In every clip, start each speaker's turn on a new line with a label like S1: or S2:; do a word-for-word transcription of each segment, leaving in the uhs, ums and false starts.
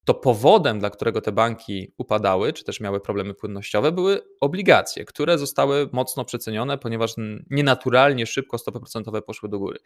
S1: to powodem, dla którego te banki upadały, czy też miały problemy płynnościowe, były obligacje, które zostały mocno przecenione, ponieważ nienaturalnie szybko stopy procentowe poszły do góry.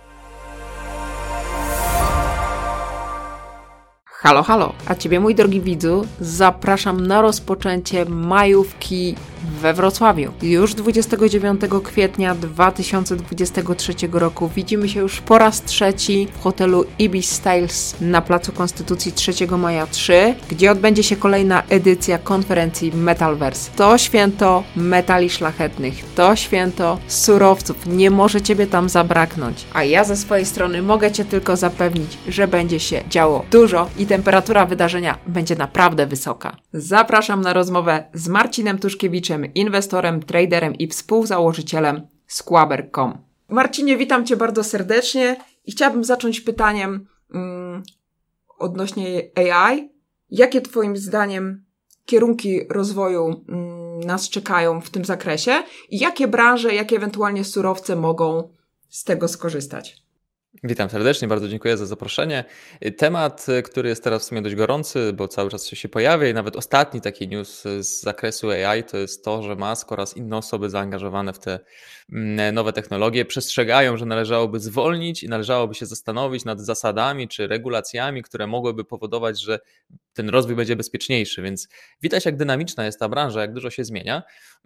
S2: Halo, halo, a Ciebie, mój drogi widzu, zapraszam na rozpoczęcie majówki we Wrocławiu. Już dwudziestego dziewiątego kwietnia dwa tysiące dwudziestego trzeciego roku widzimy się już po raz trzeci w hotelu Ibis Styles na Placu Konstytucji trzeciego maja trzy, gdzie odbędzie się kolejna edycja konferencji Metalverse. To święto metali szlachetnych, to święto surowców, nie może Ciebie tam zabraknąć. A ja ze swojej strony mogę Cię tylko zapewnić, że będzie się działo dużo i temperatura wydarzenia będzie naprawdę wysoka. Zapraszam na rozmowę z Marcinem Tuszkiewiczem, inwestorem, traderem i współzałożycielem Squabber kropka com. Marcinie, witam Cię bardzo serdecznie i chciałabym zacząć pytaniem um, odnośnie A I. Jakie Twoim zdaniem kierunki rozwoju um, nas czekają w tym zakresie i jakie branże, jakie ewentualnie surowce mogą z tego skorzystać?
S1: Witam serdecznie, bardzo dziękuję za zaproszenie. Temat, który jest teraz w sumie dość gorący, bo cały czas się pojawia i nawet ostatni taki news z zakresu A I to jest to, że Musk oraz inne osoby zaangażowane w te nowe technologie przestrzegają, że należałoby zwolnić i należałoby się zastanowić nad zasadami czy regulacjami, które mogłyby powodować, że ten rozwój będzie bezpieczniejszy, więc widać, jak dynamiczna jest ta branża, jak dużo się zmienia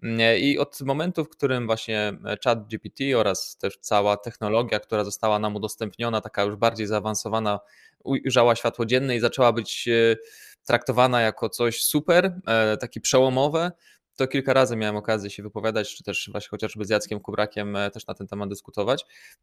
S1: i od momentu, w którym właśnie ChatGPT oraz też cała technologia, która została nam udostępniona, taka już bardziej zaawansowana, ujrzała światło dzienne i zaczęła być traktowana jako coś super, takie przełomowe, to kilka razy miałem okazję się wypowiadać, czy też właśnie chociażby z Jackiem Kubrakiem też na ten temat dyskutować,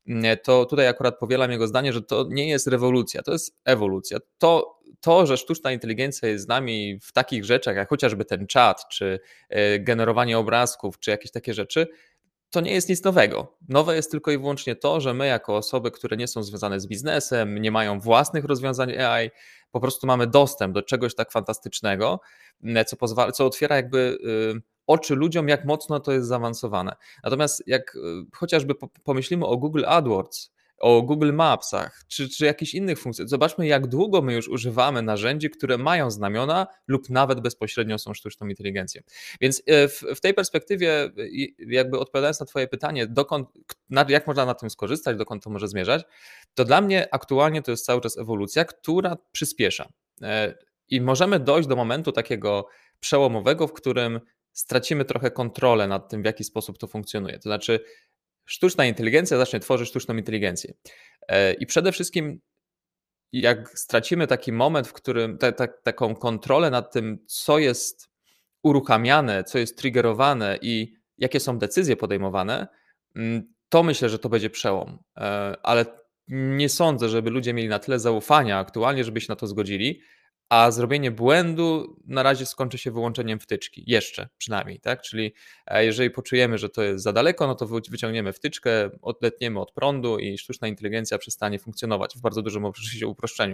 S1: to tutaj akurat powielam jego zdanie, że to nie jest rewolucja, to jest ewolucja. To, to, że sztuczna inteligencja jest z nami w takich rzeczach, jak chociażby ten czat, czy generowanie obrazków, czy jakieś takie rzeczy, to nie jest nic nowego. Nowe jest tylko i wyłącznie to, że my jako osoby, które nie są związane z biznesem, nie mają własnych rozwiązań A I, po prostu mamy dostęp do czegoś tak fantastycznego, co pozwala, co otwiera jakby oczy ludziom, jak mocno to jest zaawansowane. Natomiast jak chociażby pomyślimy o Google AdWords, o Google Mapsach, czy, czy jakichś innych funkcjach, zobaczmy, jak długo my już używamy narzędzi, które mają znamiona lub nawet bezpośrednio są sztuczną inteligencją. Więc w, w tej perspektywie, jakby odpowiadając na Twoje pytanie, dokąd, jak można na tym skorzystać, dokąd to może zmierzać, to dla mnie aktualnie to jest cały czas ewolucja, która przyspiesza. I możemy dojść do momentu takiego przełomowego, w którym stracimy trochę kontrolę nad tym, w jaki sposób to funkcjonuje. To znaczy, sztuczna inteligencja zacznie tworzyć sztuczną inteligencję. I przede wszystkim, jak stracimy taki moment, w którym ta, ta, taką kontrolę nad tym, co jest uruchamiane, co jest triggerowane i jakie są decyzje podejmowane, to myślę, że to będzie przełom. Ale nie sądzę, żeby ludzie mieli na tyle zaufania aktualnie, żeby się na to zgodzili, a zrobienie błędu na razie skończy się wyłączeniem wtyczki. Jeszcze przynajmniej, tak? Czyli jeżeli poczujemy, że to jest za daleko, no to wyciągniemy wtyczkę, odetniemy od prądu i sztuczna inteligencja przestanie funkcjonować w bardzo dużym uproszczeniu.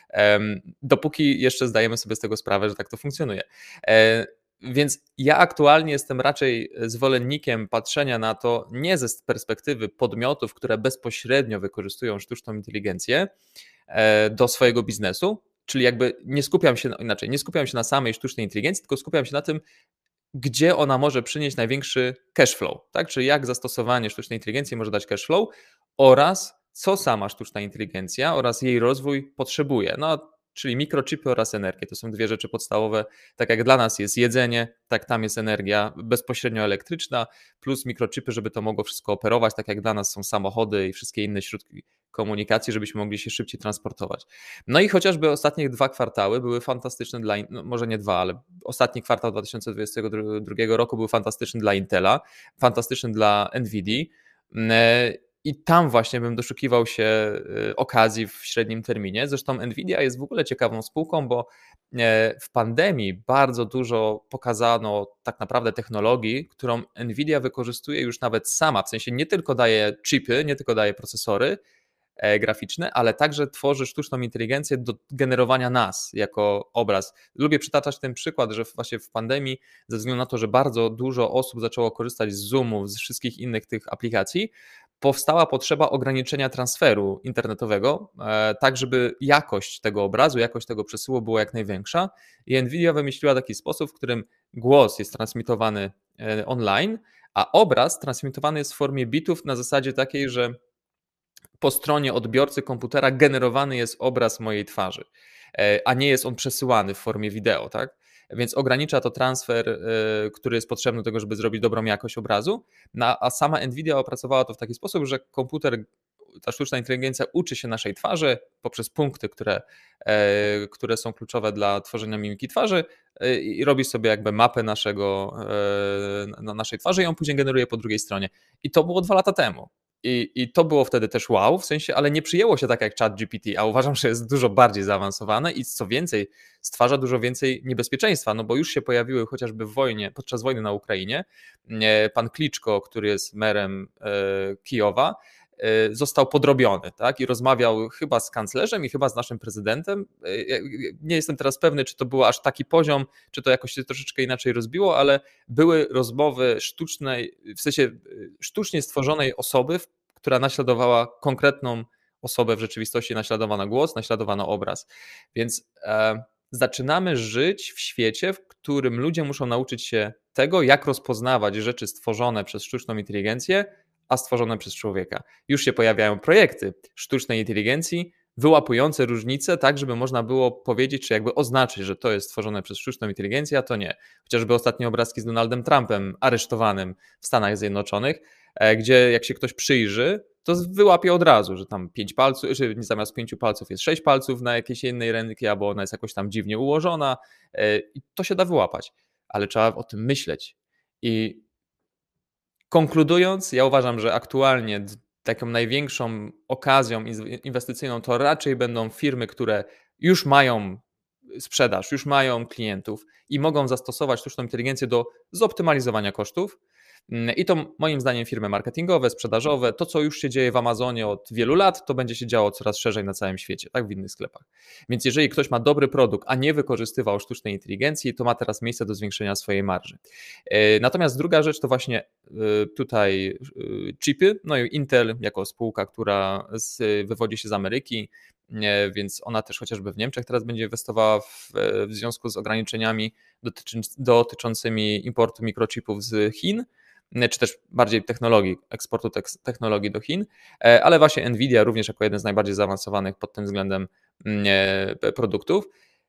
S1: Dopóki jeszcze zdajemy sobie z tego sprawę, że tak to funkcjonuje. Więc ja aktualnie jestem raczej zwolennikiem patrzenia na to nie ze perspektywy podmiotów, które bezpośrednio wykorzystują sztuczną inteligencję do swojego biznesu, czyli jakby nie skupiam się, inaczej, nie skupiam się na samej sztucznej inteligencji, tylko skupiam się na tym, gdzie ona może przynieść największy cash flow, tak? Czyli jak zastosowanie sztucznej inteligencji może dać cash flow oraz co sama sztuczna inteligencja oraz jej rozwój potrzebuje. No, czyli mikrochipy oraz energię. To są dwie rzeczy podstawowe. Tak jak dla nas jest jedzenie, tak tam jest energia bezpośrednio elektryczna, plus mikrochipy, żeby to mogło wszystko operować, tak jak dla nas są samochody i wszystkie inne środki komunikacji, żebyśmy mogli się szybciej transportować. No i chociażby ostatnie dwa kwartały były fantastyczne dla, no może nie dwa, ale ostatni kwartał dwa tysiące dwudziestego drugiego roku był fantastyczny dla Intela, fantastyczny dla Nvidii. I tam właśnie bym doszukiwał się okazji w średnim terminie. Zresztą Nvidia jest w ogóle ciekawą spółką, bo w pandemii bardzo dużo pokazano tak naprawdę technologii, którą Nvidia wykorzystuje już nawet sama, w sensie nie tylko daje chipy, nie tylko daje procesory graficzne, ale także tworzy sztuczną inteligencję do generowania nas jako obraz. Lubię przytaczać ten przykład, że właśnie w pandemii, ze względu na to, że bardzo dużo osób zaczęło korzystać z Zoomów, z wszystkich innych tych aplikacji, powstała potrzeba ograniczenia transferu internetowego, tak żeby jakość tego obrazu, jakość tego przesyłu była jak największa i Nvidia wymyśliła taki sposób, w którym głos jest transmitowany online, a obraz transmitowany jest w formie bitów na zasadzie takiej, że po stronie odbiorcy komputera generowany jest obraz mojej twarzy, a nie jest on przesyłany w formie wideo, tak? Więc ogranicza to transfer, który jest potrzebny do tego, żeby zrobić dobrą jakość obrazu, a sama Nvidia opracowała to w taki sposób, że komputer, ta sztuczna inteligencja uczy się naszej twarzy poprzez punkty, które, które są kluczowe dla tworzenia mimiki twarzy i robi sobie jakby mapę naszego, naszej twarzy i ją później generuje po drugiej stronie. I to było dwa lata temu. I, I to było wtedy też wow, w sensie, ale nie przyjęło się tak jak ChatGPT, a uważam, że jest dużo bardziej zaawansowane i co więcej, stwarza dużo więcej niebezpieczeństwa, no bo już się pojawiły chociażby w wojnie, podczas wojny na Ukrainie, pan Kliczko, który jest merem Kijowa, został podrobiony, tak? I rozmawiał chyba z kanclerzem i chyba z naszym prezydentem. Nie jestem teraz pewny, czy to był aż taki poziom, czy to jakoś się troszeczkę inaczej rozbiło, ale były rozmowy sztucznej, w sensie sztucznie stworzonej osoby, która naśladowała konkretną osobę w rzeczywistości, naśladowano głos, naśladowano obraz. Więc e, zaczynamy żyć w świecie, w którym ludzie muszą nauczyć się tego, jak rozpoznawać rzeczy stworzone przez sztuczną inteligencję, a stworzone przez człowieka. Już się pojawiają projekty sztucznej inteligencji wyłapujące różnice tak, żeby można było powiedzieć, czy jakby oznaczyć, że to jest stworzone przez sztuczną inteligencję, a to nie. Chociażby ostatnie obrazki z Donaldem Trumpem aresztowanym w Stanach Zjednoczonych, gdzie jak się ktoś przyjrzy, to wyłapie od razu, że tam pięć palców, że zamiast pięciu palców jest sześć palców na jakiejś innej ręki, albo ona jest jakoś tam dziwnie ułożona i to się da wyłapać, ale trzeba o tym myśleć. I konkludując, ja uważam, że aktualnie taką największą okazją inwestycyjną to raczej będą firmy, które już mają sprzedaż, już mają klientów i mogą zastosować sztuczną inteligencję do zoptymalizowania kosztów. I to moim zdaniem firmy marketingowe, sprzedażowe, to co już się dzieje w Amazonie od wielu lat, to będzie się działo coraz szerzej na całym świecie, tak, w innych sklepach. Więc jeżeli ktoś ma dobry produkt, a nie wykorzystywał sztucznej inteligencji, to ma teraz miejsce do zwiększenia swojej marży. Natomiast druga rzecz to właśnie tutaj chipy, no i Intel jako spółka, która z, wywodzi się z Ameryki, więc ona też chociażby w Niemczech teraz będzie inwestowała w, w związku z ograniczeniami dotyczy, dotyczącymi importu mikrochipów z Chin, czy też bardziej technologii, eksportu technologii do Chin, ale właśnie Nvidia również jako jeden z najbardziej zaawansowanych pod tym względem produktów.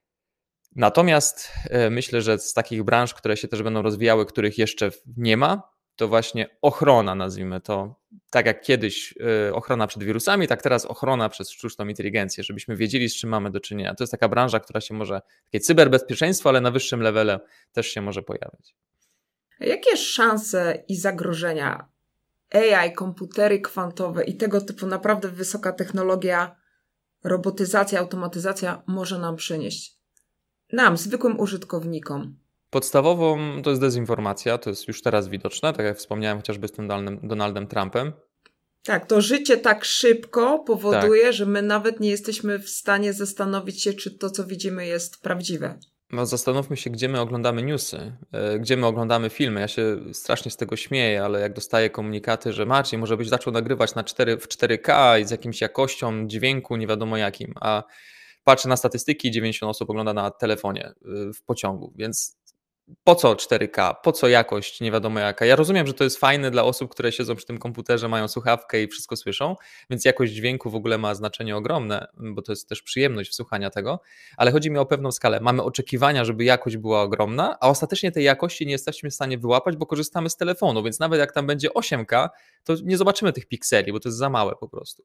S1: Natomiast myślę, że z takich branż, które się też będą rozwijały, których jeszcze nie ma, to właśnie ochrona, nazwijmy to, tak jak kiedyś ochrona przed wirusami, tak teraz ochrona przez sztuczną inteligencję, żebyśmy wiedzieli, z czym mamy do czynienia. To jest taka branża, która się może, takie cyberbezpieczeństwo, ale na wyższym levelu też się może pojawiać.
S2: Jakie szanse i zagrożenia A I, komputery kwantowe i tego typu naprawdę wysoka technologia, robotyzacja, automatyzacja może nam przynieść? Nam, zwykłym użytkownikom.
S1: Podstawową to jest dezinformacja, to jest już teraz widoczne, tak jak wspomniałem chociażby z tym Donaldem, Donaldem Trumpem.
S2: Tak, to życie tak szybko powoduje, tak, że my nawet nie jesteśmy w stanie zastanowić się, czy to, co widzimy, jest prawdziwe.
S1: No zastanówmy się, gdzie my oglądamy newsy, gdzie my oglądamy filmy. Ja się strasznie z tego śmieję, ale jak dostaję komunikaty, że Marcin może byś zaczął nagrywać na cztery, w cztery K i z jakimś jakością dźwięku nie wiadomo jakim, a patrzę na statystyki, dziewięćdziesiąt osób ogląda na telefonie w pociągu, więc po co cztery K, po co jakość nie wiadomo jaka. Ja rozumiem, że to jest fajne dla osób, które siedzą przy tym komputerze, mają słuchawkę i wszystko słyszą, więc jakość dźwięku w ogóle ma znaczenie ogromne, bo to jest też przyjemność wsłuchania tego, ale chodzi mi o pewną skalę. Mamy oczekiwania, żeby jakość była ogromna, a ostatecznie tej jakości nie jesteśmy w stanie wyłapać, bo korzystamy z telefonu, więc nawet jak tam będzie osiem K, to nie zobaczymy tych pikseli, bo to jest za małe po prostu.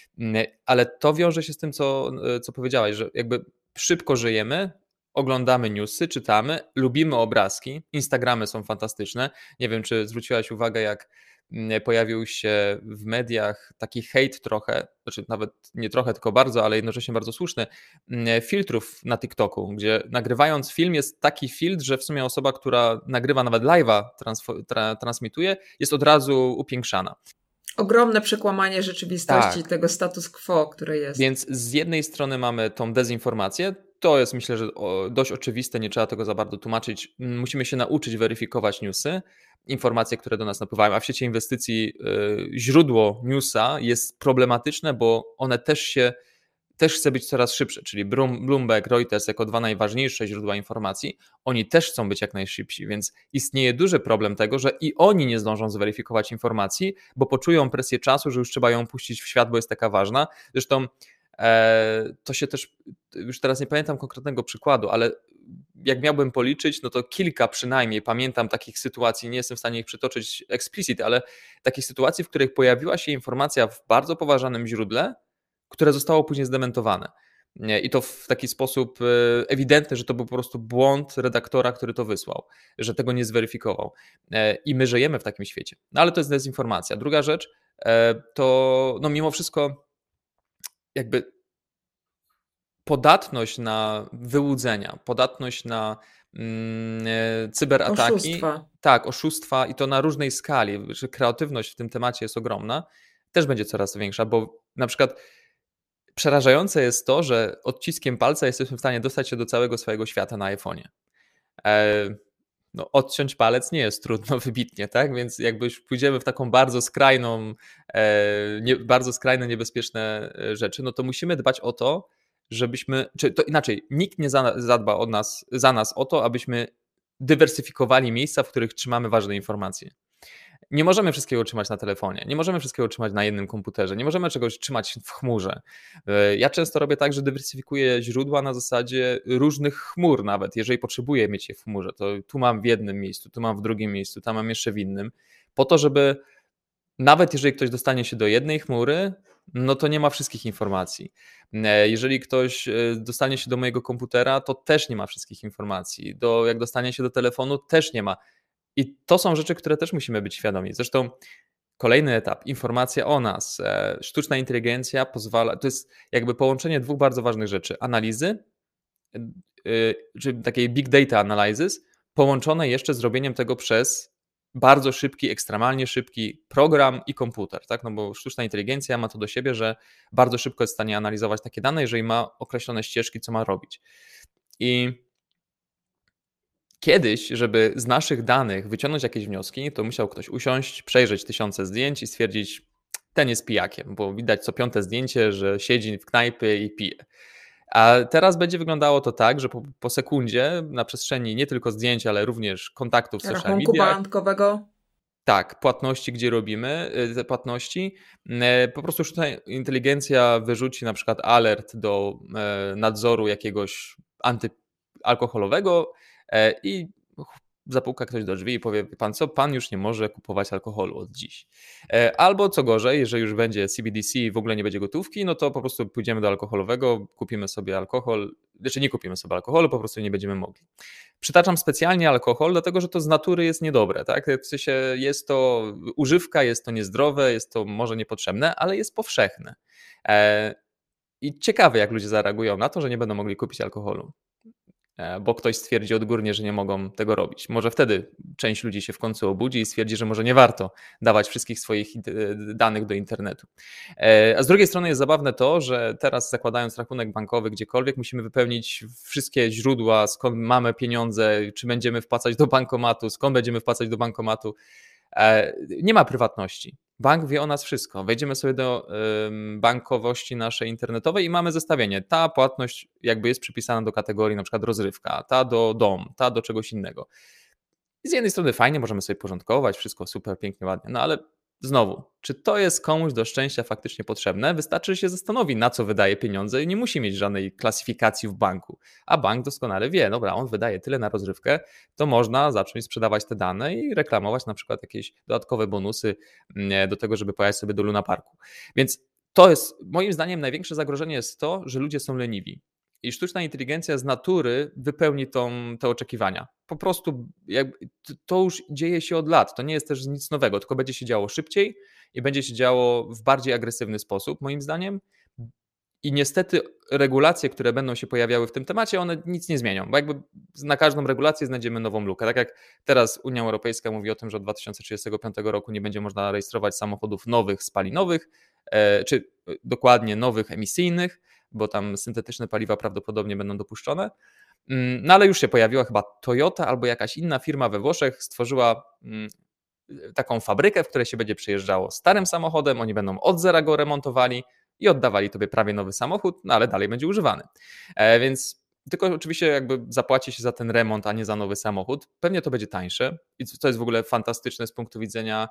S1: Ale to wiąże się z tym, co, co powiedziałaś, że jakby szybko żyjemy, oglądamy newsy, czytamy, lubimy obrazki, Instagramy są fantastyczne. Nie wiem, czy zwróciłaś uwagę, jak pojawił się w mediach taki hejt trochę, znaczy nawet nie trochę, tylko bardzo, ale jednocześnie bardzo słuszny, filtrów na TikToku, gdzie nagrywając film jest taki filtr, że w sumie osoba, która nagrywa nawet live'a, transfo- tra- transmituje, jest od razu upiększana.
S2: Ogromne przekłamanie rzeczywistości, tak, tego status quo, które jest.
S1: Więc z jednej strony mamy tą dezinformację, to jest myślę, że dość oczywiste, nie trzeba tego za bardzo tłumaczyć. Musimy się nauczyć weryfikować newsy, informacje, które do nas napływają, a w sieci inwestycji źródło newsa jest problematyczne, bo one też się też chce być coraz szybsze, czyli Bloomberg, Reuters jako dwa najważniejsze źródła informacji, oni też chcą być jak najszybsi, więc istnieje duży problem tego, że i oni nie zdążą zweryfikować informacji, bo poczują presję czasu, że już trzeba ją puścić w świat, bo jest taka ważna. Zresztą e, to się też, już teraz nie pamiętam konkretnego przykładu, ale jak miałbym policzyć, no to kilka przynajmniej pamiętam takich sytuacji, nie jestem w stanie ich przytoczyć explicit, ale takich sytuacji, w których pojawiła się informacja w bardzo poważanym źródle, które zostało później zdementowane. I to w taki sposób ewidentny, że to był po prostu błąd redaktora, który to wysłał, że tego nie zweryfikował. I my żyjemy w takim świecie. No ale to jest dezinformacja. Druga rzecz to no mimo wszystko jakby podatność na wyłudzenia, podatność na mm, cyberataki.
S2: Oszustwa.
S1: Tak, oszustwa i to na różnej skali, że kreatywność w tym temacie jest ogromna, też będzie coraz większa, bo na przykład przerażające jest to, że odciskiem palca jesteśmy w stanie dostać się do całego swojego świata na iPhone'ie. E, no, odciąć palec nie jest trudno wybitnie, tak? Więc jakby już pójdziemy w taką bardzo skrajną, e, nie, bardzo skrajne, niebezpieczne rzeczy, no to musimy dbać o to, żebyśmy, czy to inaczej, nikt nie zadba od nas, za nas o to, abyśmy dywersyfikowali miejsca, w których trzymamy ważne informacje. Nie możemy wszystkiego trzymać na telefonie, nie możemy wszystkiego trzymać na jednym komputerze, nie możemy czegoś trzymać w chmurze. Ja często robię tak, że dywersyfikuję źródła na zasadzie różnych chmur nawet, jeżeli potrzebuję mieć je w chmurze, to tu mam w jednym miejscu, tu mam w drugim miejscu, tam mam jeszcze w innym, po to, żeby nawet jeżeli ktoś dostanie się do jednej chmury, no to nie ma wszystkich informacji. Jeżeli ktoś dostanie się do mojego komputera, to też nie ma wszystkich informacji. Do, jak dostanie się do telefonu, też nie ma. I to są rzeczy, które też musimy być świadomi. Zresztą kolejny etap, informacja o nas. Sztuczna inteligencja pozwala, to jest jakby połączenie dwóch bardzo ważnych rzeczy. Analizy, czy takiej big data analysis, połączone jeszcze z robieniem tego przez bardzo szybki, ekstremalnie szybki program i komputer, tak? No bo sztuczna inteligencja ma to do siebie, że bardzo szybko jest w stanie analizować takie dane, jeżeli ma określone ścieżki, co ma robić. I kiedyś, żeby z naszych danych wyciągnąć jakieś wnioski, to musiał ktoś usiąść, przejrzeć tysiące zdjęć i stwierdzić, ten jest pijakiem, bo widać co piąte zdjęcie, że siedzi w knajpie i pije. A teraz będzie wyglądało to tak, że po, po sekundzie na przestrzeni nie tylko zdjęć, ale również kontaktów w social
S2: Rachunku
S1: mediach,
S2: majątkowego.
S1: tak, płatności, gdzie robimy te płatności, po prostu sztuczna inteligencja wyrzuci na przykład alert do nadzoru jakiegoś antyalkoholowego i zapuka ktoś do drzwi i powie, pan co, pan już nie może kupować alkoholu od dziś. Albo co gorzej, jeżeli już będzie C B D C i w ogóle nie będzie gotówki, no to po prostu pójdziemy do alkoholowego, kupimy sobie alkohol, znaczy nie kupimy sobie alkoholu, po prostu nie będziemy mogli. Przytaczam specjalnie alkohol, dlatego że to z natury jest niedobre, tak? W sensie jest to używka, jest to niezdrowe, jest to może niepotrzebne, ale jest powszechne. I ciekawe, jak ludzie zareagują na to, że nie będą mogli kupić alkoholu, bo ktoś stwierdzi odgórnie, że nie mogą tego robić. Może wtedy część ludzi się w końcu obudzi i stwierdzi, że może nie warto dawać wszystkich swoich danych do internetu. A z drugiej strony jest zabawne to, że teraz zakładając rachunek bankowy gdziekolwiek, musimy wypełnić wszystkie źródła, skąd mamy pieniądze, czy będziemy wpłacać do bankomatu, skąd będziemy wpłacać do bankomatu. Nie ma prywatności. Bank wie o nas wszystko. Wejdziemy sobie do bankowości naszej internetowej i mamy zestawienie. Ta płatność jakby jest przypisana do kategorii na przykład rozrywka, ta do dom, ta do czegoś innego. I z jednej strony fajnie, możemy sobie porządkować, wszystko super, pięknie, ładnie, no ale znowu, czy to jest komuś do szczęścia faktycznie potrzebne? Wystarczy, że się zastanowi, na co wydaje pieniądze i nie musi mieć żadnej klasyfikacji w banku. A bank doskonale wie, dobra, on wydaje tyle na rozrywkę, to można zacząć sprzedawać te dane i reklamować na przykład jakieś dodatkowe bonusy do tego, żeby pojechać sobie do Luna Parku. Więc to jest, moim zdaniem, największe zagrożenie jest to, że ludzie są leniwi. I sztuczna inteligencja z natury wypełni tą, te oczekiwania. Po prostu jakby, to już dzieje się od lat. To nie jest też nic nowego, tylko będzie się działo szybciej i będzie się działo w bardziej agresywny sposób, moim zdaniem. I niestety regulacje, które będą się pojawiały w tym temacie, one nic nie zmienią, bo jakby na każdą regulację znajdziemy nową lukę. Tak jak teraz Unia Europejska mówi o tym, że od dwa tysiące trzydziestego piątego roku nie będzie można rejestrować samochodów nowych, spalinowych, czy dokładnie nowych, emisyjnych, bo tam syntetyczne paliwa prawdopodobnie będą dopuszczone. No ale już się pojawiła chyba Toyota albo jakaś inna firma we Włoszech, stworzyła taką fabrykę, w której się będzie przyjeżdżało starym samochodem, oni będą od zera go remontowali i oddawali tobie prawie nowy samochód, no ale dalej będzie używany. E, więc tylko oczywiście jakby zapłaci się za ten remont, a nie za nowy samochód. Pewnie to będzie tańsze i to jest w ogóle fantastyczne z punktu widzenia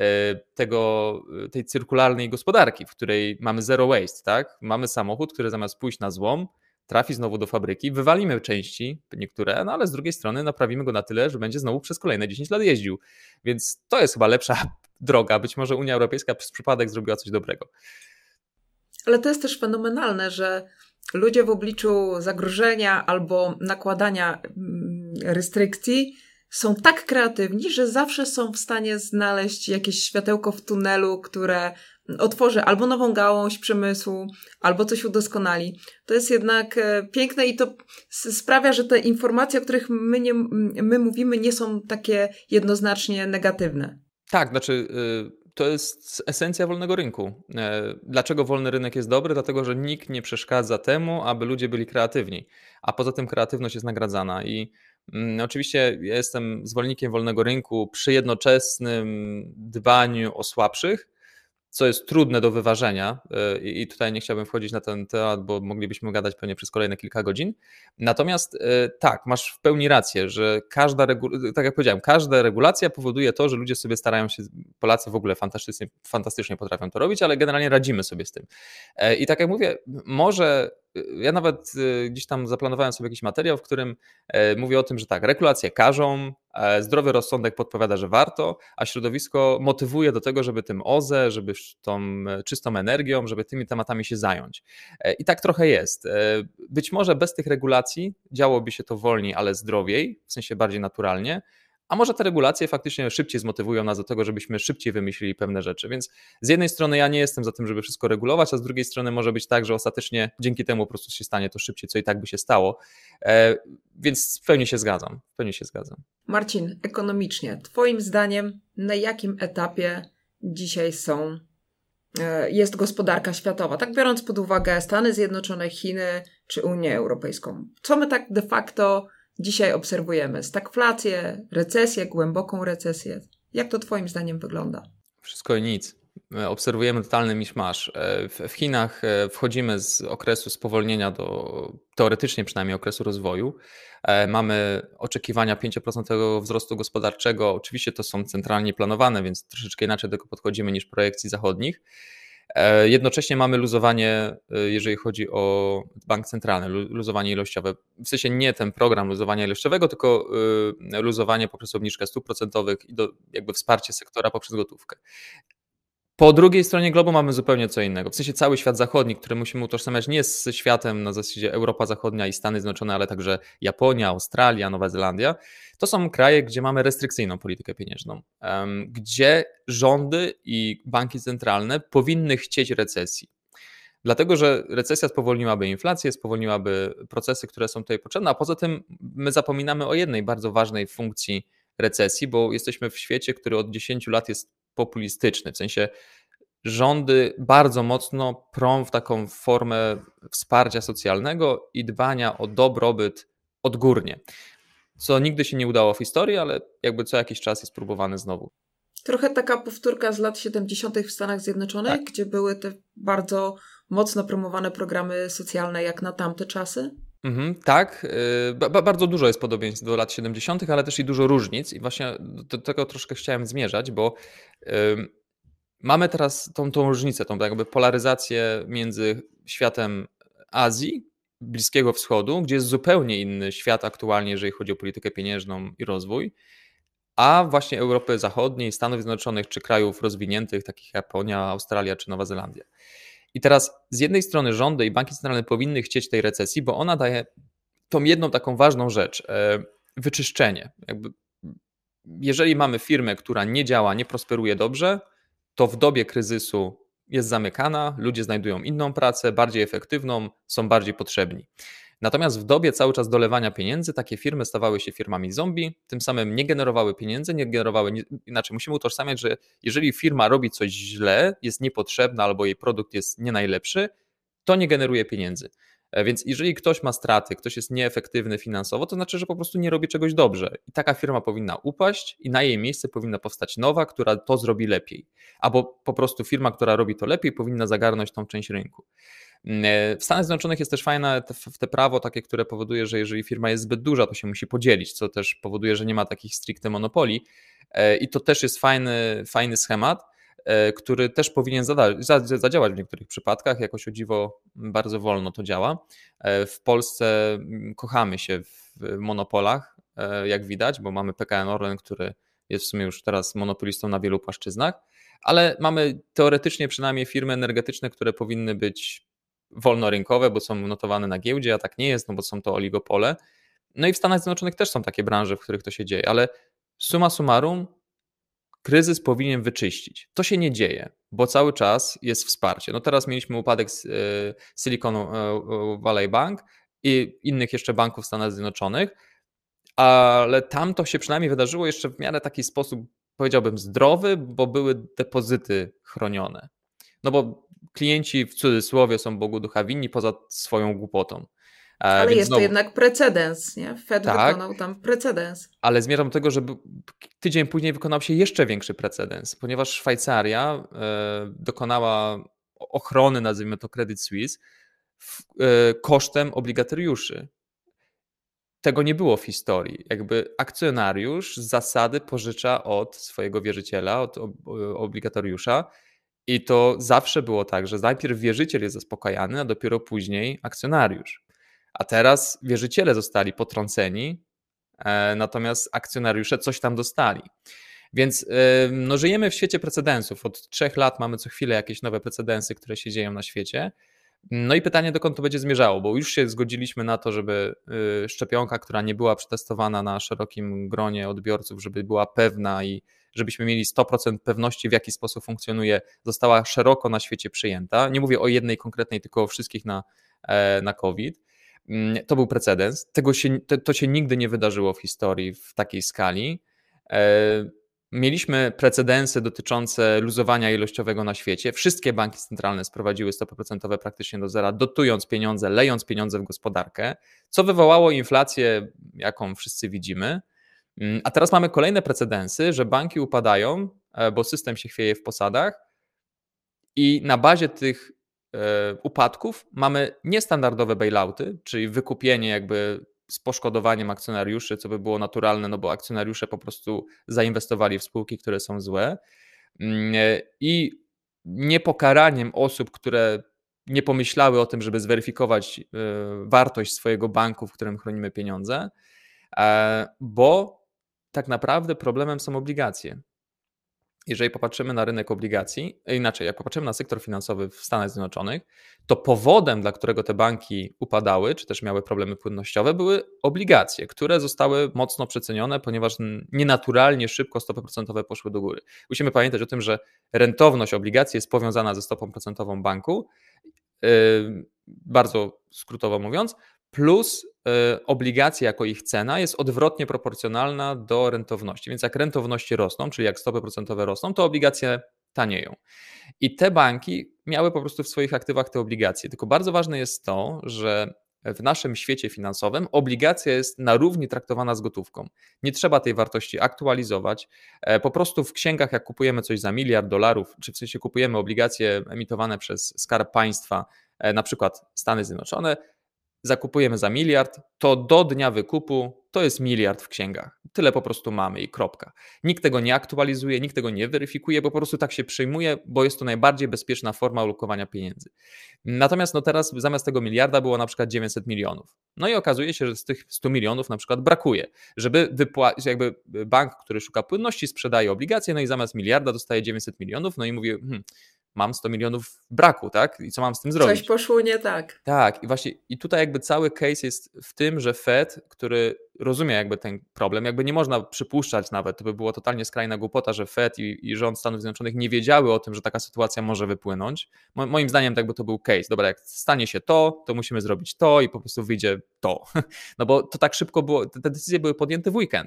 S1: tego, tej cyrkularnej gospodarki, w której mamy zero waste, tak? Mamy samochód, który zamiast pójść na złom, trafi znowu do fabryki, wywalimy części, niektóre, no ale z drugiej strony naprawimy go na tyle, że będzie znowu przez kolejne dziesięć lat jeździł. Więc to jest chyba lepsza droga. Być może Unia Europejska przez przypadek zrobiła coś dobrego.
S2: Ale to jest też fenomenalne, że ludzie w obliczu zagrożenia albo nakładania restrykcji są tak kreatywni, że zawsze są w stanie znaleźć jakieś światełko w tunelu, które otworzy albo nową gałąź przemysłu, albo coś udoskonali. To jest jednak piękne i to sprawia, że te informacje, o których my, nie, my mówimy, nie są takie jednoznacznie negatywne.
S1: Tak, znaczy to jest esencja wolnego rynku. Dlaczego wolny rynek jest dobry? Dlatego, że nikt nie przeszkadza temu, aby ludzie byli kreatywni, a poza tym kreatywność jest nagradzana i oczywiście ja jestem zwolennikiem wolnego rynku przy jednoczesnym dbaniu o słabszych, co jest trudne do wyważenia i tutaj nie chciałbym wchodzić na ten temat, bo moglibyśmy gadać pewnie przez kolejne kilka godzin. Natomiast tak, masz w pełni rację, że każda, regu- tak jak powiedziałem, każda regulacja powoduje to, że ludzie sobie starają się, Polacy w ogóle fantastycznie, fantastycznie potrafią to robić, ale generalnie radzimy sobie z tym. I tak jak mówię, może ja nawet gdzieś tam zaplanowałem sobie jakiś materiał, w którym mówię o tym, że tak, regulacje każą, zdrowy rozsądek podpowiada, że warto, a środowisko motywuje do tego, żeby tym O Z E, żeby tą czystą energią, żeby tymi tematami się zająć. I tak trochę jest. Być może bez tych regulacji działoby się to wolniej, ale zdrowiej, w sensie bardziej naturalnie, a może te regulacje faktycznie szybciej zmotywują nas do tego, żebyśmy szybciej wymyślili pewne rzeczy. Więc z jednej strony ja nie jestem za tym, żeby wszystko regulować, a z drugiej strony może być tak, że ostatecznie dzięki temu po prostu się stanie to szybciej, co i tak by się stało. E, więc w pełni się zgadzam. W pełni się zgadzam.
S2: Marcin, ekonomicznie, twoim zdaniem na jakim etapie dzisiaj są, e, jest gospodarka światowa? Tak biorąc pod uwagę Stany Zjednoczone, Chiny czy Unię Europejską. Co my tak de facto dzisiaj obserwujemy? Stagflację, recesję, głęboką recesję. Jak to twoim zdaniem wygląda?
S1: Wszystko i nic. Obserwujemy totalny miszmasz. W Chinach wchodzimy z okresu spowolnienia do teoretycznie przynajmniej okresu rozwoju. Mamy oczekiwania pięć procent wzrostu gospodarczego. Oczywiście to są centralnie planowane, więc troszeczkę inaczej do tego podchodzimy niż projekcji zachodnich. Jednocześnie mamy luzowanie, jeżeli chodzi o bank centralny, luzowanie ilościowe. W sensie nie ten program luzowania ilościowego, tylko luzowanie poprzez obniżkę stóp procentowych i do, jakby wsparcie sektora poprzez gotówkę. Po drugiej stronie globu mamy zupełnie co innego. W sensie cały świat zachodni, który musimy utożsamiać nie z światem na zasadzie Europa Zachodnia i Stany Zjednoczone, ale także Japonia, Australia, Nowa Zelandia. To są kraje, gdzie mamy restrykcyjną politykę pieniężną, gdzie rządy i banki centralne powinny chcieć recesji. Dlatego, że recesja spowolniłaby inflację, spowolniłaby procesy, które są tutaj potrzebne, a poza tym my zapominamy o jednej bardzo ważnej funkcji recesji, bo jesteśmy w świecie, który od dziesięciu lat jest populistyczny, w sensie rządy bardzo mocno prą w taką formę wsparcia socjalnego i dbania o dobrobyt odgórnie, co nigdy się nie udało w historii, ale jakby co jakiś czas jest próbowane znowu.
S2: Trochę taka powtórka z lat siedemdziesiątych w Stanach Zjednoczonych, tak, gdzie były te bardzo mocno promowane programy socjalne jak na tamte czasy?
S1: Mhm, tak, ba- bardzo dużo jest podobieństw do lat siedemdziesiątych, ale też i dużo różnic i właśnie do tego troszkę chciałem zmierzać, bo y, mamy teraz tą, tą różnicę, tą jakby polaryzację między światem Azji, Bliskiego Wschodu, gdzie jest zupełnie inny świat aktualnie, jeżeli chodzi o politykę pieniężną i rozwój, a właśnie Europy Zachodniej, Stanów Zjednoczonych czy krajów rozwiniętych, takich jak Japonia, Australia czy Nowa Zelandia. I teraz z jednej strony rządy i banki centralne powinny chcieć tej recesji, bo ona daje tą jedną taką ważną rzecz, wyczyszczenie. Jakby jeżeli mamy firmę, która nie działa, nie prosperuje dobrze, to w dobie kryzysu jest zamykana, ludzie znajdują inną pracę, bardziej efektywną, są bardziej potrzebni. Natomiast w dobie cały czas dolewania pieniędzy takie firmy stawały się firmami zombie, tym samym nie generowały pieniędzy, nie generowały, nie, inaczej musimy utożsamiać, że jeżeli firma robi coś źle, jest niepotrzebna albo jej produkt jest nie najlepszy, to nie generuje pieniędzy. Więc jeżeli ktoś ma straty, ktoś jest nieefektywny finansowo, to znaczy, że po prostu nie robi czegoś dobrze. I taka firma powinna upaść i na jej miejsce powinna powstać nowa, która to zrobi lepiej. Albo po prostu firma, która robi to lepiej, powinna zagarnąć tą część rynku. W Stanach Zjednoczonych jest też fajne te, te prawo takie, które powoduje, że jeżeli firma jest zbyt duża, to się musi podzielić, co też powoduje, że nie ma takich stricte monopolii. I to też jest fajny, fajny schemat, który też powinien zada- zadziałać w niektórych przypadkach. Jakoś o dziwo bardzo wolno to działa. W Polsce kochamy się w monopolach, jak widać, bo mamy P K N Orlen, który jest w sumie już teraz monopolistą na wielu płaszczyznach, ale mamy teoretycznie przynajmniej firmy energetyczne, które powinny być wolnorynkowe, bo są notowane na giełdzie, a tak nie jest, no bo są to oligopole. No i w Stanach Zjednoczonych też są takie branże, w których to się dzieje, ale summa summarum kryzys powinien wyczyścić. To się nie dzieje, bo cały czas jest wsparcie. No teraz mieliśmy upadek Silicon Valley Bank i innych jeszcze banków w Stanach Zjednoczonych, ale tam to się przynajmniej wydarzyło jeszcze w miarę taki sposób, powiedziałbym, zdrowy, bo były depozyty chronione. No bo klienci w cudzysłowie są Bogu ducha winni poza swoją głupotą.
S2: Ale
S1: Więc
S2: jest
S1: znowu,
S2: to jednak precedens, nie? Fed
S1: tak,
S2: wykonał tam precedens.
S1: ale zmierzam do tego, że tydzień później wykonał się jeszcze większy precedens, ponieważ Szwajcaria dokonała ochrony, nazwijmy to Credit Suisse, kosztem obligatariuszy. Tego nie było w historii. Jakby akcjonariusz z zasady pożycza od swojego wierzyciela, od obligatariusza i to zawsze było tak, że najpierw wierzyciel jest zaspokajany, a dopiero później akcjonariusz. A teraz wierzyciele zostali potrąceni, natomiast akcjonariusze coś tam dostali. Więc no, żyjemy w świecie precedensów. Od trzech lat mamy co chwilę jakieś nowe precedensy, które się dzieją na świecie. No i pytanie, dokąd to będzie zmierzało, bo już się zgodziliśmy na to, żeby szczepionka, która nie była przetestowana na szerokim gronie odbiorców, żeby była pewna i żebyśmy mieli sto procent pewności, w jaki sposób funkcjonuje, została szeroko na świecie przyjęta. Nie mówię o jednej konkretnej, tylko o wszystkich na, na COVID. To był precedens. Tego się, to, to się nigdy nie wydarzyło w historii w takiej skali. Mieliśmy precedensy dotyczące luzowania ilościowego na świecie. Wszystkie banki centralne sprowadziły stopy procentowe praktycznie do zera, dotując pieniądze, lejąc pieniądze w gospodarkę, co wywołało inflację, jaką wszyscy widzimy. A teraz mamy kolejne precedensy, że banki upadają, bo system się chwieje w posadach i na bazie tych upadków mamy niestandardowe bailouty, czyli wykupienie jakby z poszkodowaniem akcjonariuszy, co by było naturalne, no bo akcjonariusze po prostu zainwestowali w spółki, które są złe, i niepokaraniem osób, które nie pomyślały o tym, żeby zweryfikować wartość swojego banku, w którym chronimy pieniądze, bo tak naprawdę problemem są obligacje. Jeżeli popatrzymy na rynek obligacji, inaczej, jak popatrzymy na sektor finansowy w Stanach Zjednoczonych, to powodem, dla którego te banki upadały, czy też miały problemy płynnościowe, były obligacje, które zostały mocno przecenione, ponieważ nienaturalnie szybko stopy procentowe poszły do góry. Musimy pamiętać o tym, że rentowność obligacji jest powiązana ze stopą procentową banku, yy, bardzo skrótowo mówiąc, plus y, obligacje jako ich cena jest odwrotnie proporcjonalna do rentowności. Więc jak rentowności rosną, czyli jak stopy procentowe rosną, to obligacje tanieją. I te banki miały po prostu w swoich aktywach te obligacje. Tylko bardzo ważne jest to, że w naszym świecie finansowym obligacja jest na równi traktowana z gotówką. Nie trzeba tej wartości aktualizować. Po prostu w księgach, jak kupujemy coś za miliard dolarów, czy w sensie kupujemy obligacje emitowane przez Skarb Państwa, na przykład Stany Zjednoczone, zakupujemy za miliard, to do dnia wykupu to jest miliard w księgach. Tyle po prostu mamy i kropka. Nikt tego nie aktualizuje, nikt tego nie weryfikuje, bo po prostu tak się przyjmuje, bo jest to najbardziej bezpieczna forma alokowania pieniędzy. Natomiast no teraz zamiast tego miliarda było na przykład dziewięćset milionów. No i okazuje się, że z tych stu milionów na przykład brakuje, żeby wypłacić, jakby bank, który szuka płynności, sprzedaje obligacje, no i zamiast miliarda dostaje dziewięćset milionów, no i mówi, hmm, mam sto milionów braku, tak? I co mam z tym zrobić?
S2: Coś poszło nie tak.
S1: Tak, i właśnie i tutaj jakby cały case jest w tym, że Fed, który rozumie jakby ten problem, jakby nie można przypuszczać nawet, to by było totalnie skrajna głupota, że Fed i, i rząd Stanów Zjednoczonych nie wiedziały o tym, że taka sytuacja może wypłynąć. Mo, moim zdaniem tak by to był case. Dobra, jak stanie się to, to musimy zrobić to i po prostu wyjdzie to. No bo to tak szybko było, te decyzje były podjęte w weekend.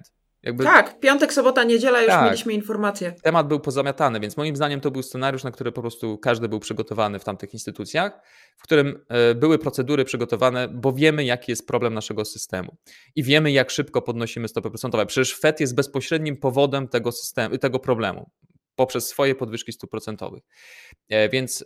S1: Jakby...
S2: Tak, piątek, sobota, niedziela już
S1: tak.
S2: mieliśmy informacje.
S1: Temat był pozamiatany, więc moim zdaniem to był scenariusz, na który po prostu każdy był przygotowany w tamtych instytucjach, w którym były procedury przygotowane, bo wiemy, jaki jest problem naszego systemu i wiemy, jak szybko podnosimy stopy procentowe. Przecież Fed jest bezpośrednim powodem tego systemu, tego problemu poprzez swoje podwyżki stóp procentowych. Więc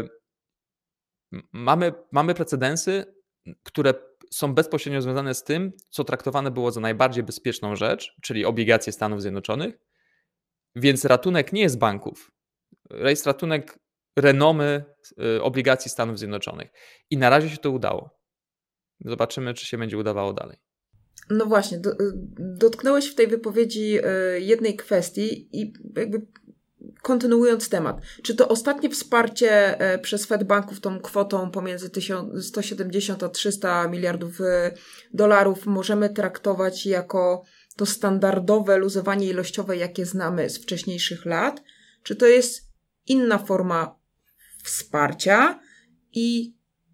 S1: mamy, mamy precedensy, które są bezpośrednio związane z tym, co traktowane było za najbardziej bezpieczną rzecz, czyli obligacje Stanów Zjednoczonych. Więc ratunek nie jest banków, jest ratunek renomy obligacji Stanów Zjednoczonych. I na razie się to udało. Zobaczymy, czy się będzie udawało dalej.
S2: No właśnie, do, dotknąłeś w tej wypowiedzi jednej kwestii i jakby kontynuując temat. Czy to ostatnie wsparcie przez Fed banków tą kwotą pomiędzy sto siedemdziesiąt a trzysta miliardów dolarów możemy traktować jako to standardowe luzowanie ilościowe, jakie znamy z wcześniejszych lat? Czy to jest inna forma wsparcia i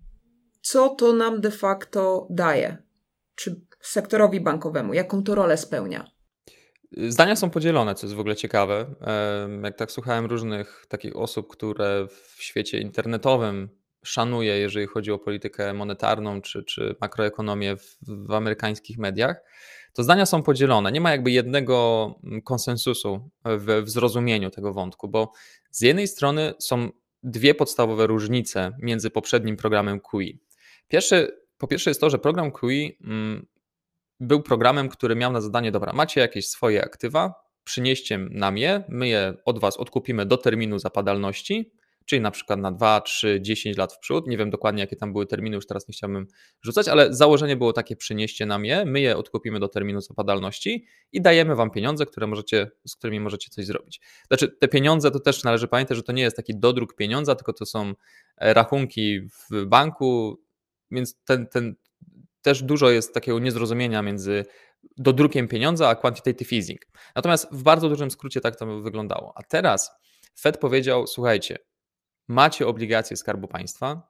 S2: co to nam de facto daje? Czy sektorowi bankowemu? Jaką to rolę spełnia?
S1: Zdania są podzielone, co jest w ogóle ciekawe. Jak tak słuchałem różnych takich osób, które w świecie internetowym szanuję, jeżeli chodzi o politykę monetarną czy, czy makroekonomię w, w amerykańskich mediach, to zdania są podzielone. Nie ma jakby jednego konsensusu w, w zrozumieniu tego wątku, bo z jednej strony są dwie podstawowe różnice między poprzednim programem Q E. Pierwszy, po pierwsze jest to, że program Q E mm, był programem, który miał na zadanie, dobra, macie jakieś swoje aktywa, przynieście nam je, my je od was odkupimy do terminu zapadalności, czyli na przykład na dwa, trzy, dziesięć lat w przód. Nie wiem dokładnie, jakie tam były terminy, już teraz nie chciałbym rzucać, ale założenie było takie, przynieście nam je, my je odkupimy do terminu zapadalności i dajemy wam pieniądze, które możecie, z którymi możecie coś zrobić. Znaczy te pieniądze to też należy pamiętać, że to nie jest taki dodruk pieniądza, tylko to są rachunki w banku, więc ten, ten też dużo jest takiego niezrozumienia między dodrukiem pieniądza a quantitative easing. Natomiast w bardzo dużym skrócie tak to wyglądało. A teraz Fed powiedział, słuchajcie, macie obligacje Skarbu Państwa,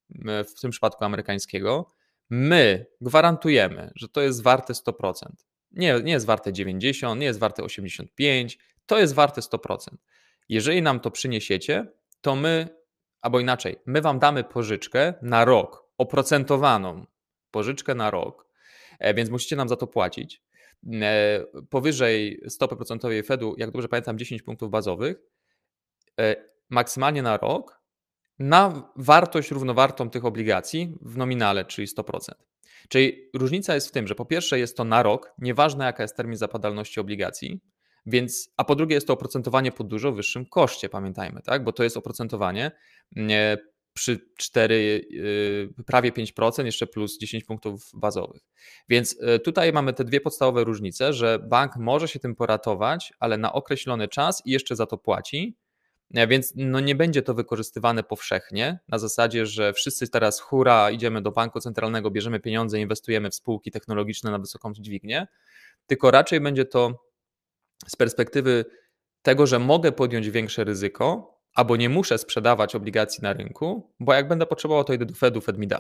S1: w tym przypadku amerykańskiego, my gwarantujemy, że to jest warte sto procent. Nie, nie jest warte dziewięćdziesiąt, nie jest warte osiemdziesiąt pięć, to jest warte sto procent. Jeżeli nam to przyniesiecie, to my, albo inaczej, my wam damy pożyczkę na rok, oprocentowaną pożyczkę na rok, więc musicie nam za to płacić. Powyżej stopy procentowej Fedu, jak dobrze pamiętam, dziesięć punktów bazowych, maksymalnie na rok, na wartość równowartą tych obligacji w nominale, czyli sto procent. Czyli różnica jest w tym, że po pierwsze jest to na rok, nieważne jaka jest termin zapadalności obligacji, więc, a po drugie jest to oprocentowanie po dużo wyższym koszcie, pamiętajmy, tak? Bo to jest oprocentowanie przy cztery, prawie pięć procent, jeszcze plus dziesięć punktów bazowych. Więc tutaj mamy te dwie podstawowe różnice, że bank może się tym poratować, ale na określony czas i jeszcze za to płaci, więc no nie będzie to wykorzystywane powszechnie, na zasadzie, że wszyscy teraz hura, idziemy do banku centralnego, bierzemy pieniądze, inwestujemy w spółki technologiczne na wysoką dźwignię, tylko raczej będzie to z perspektywy tego, że mogę podjąć większe ryzyko, albo nie muszę sprzedawać obligacji na rynku, bo jak będę potrzebował, to idę do Fedu, Fed mi da.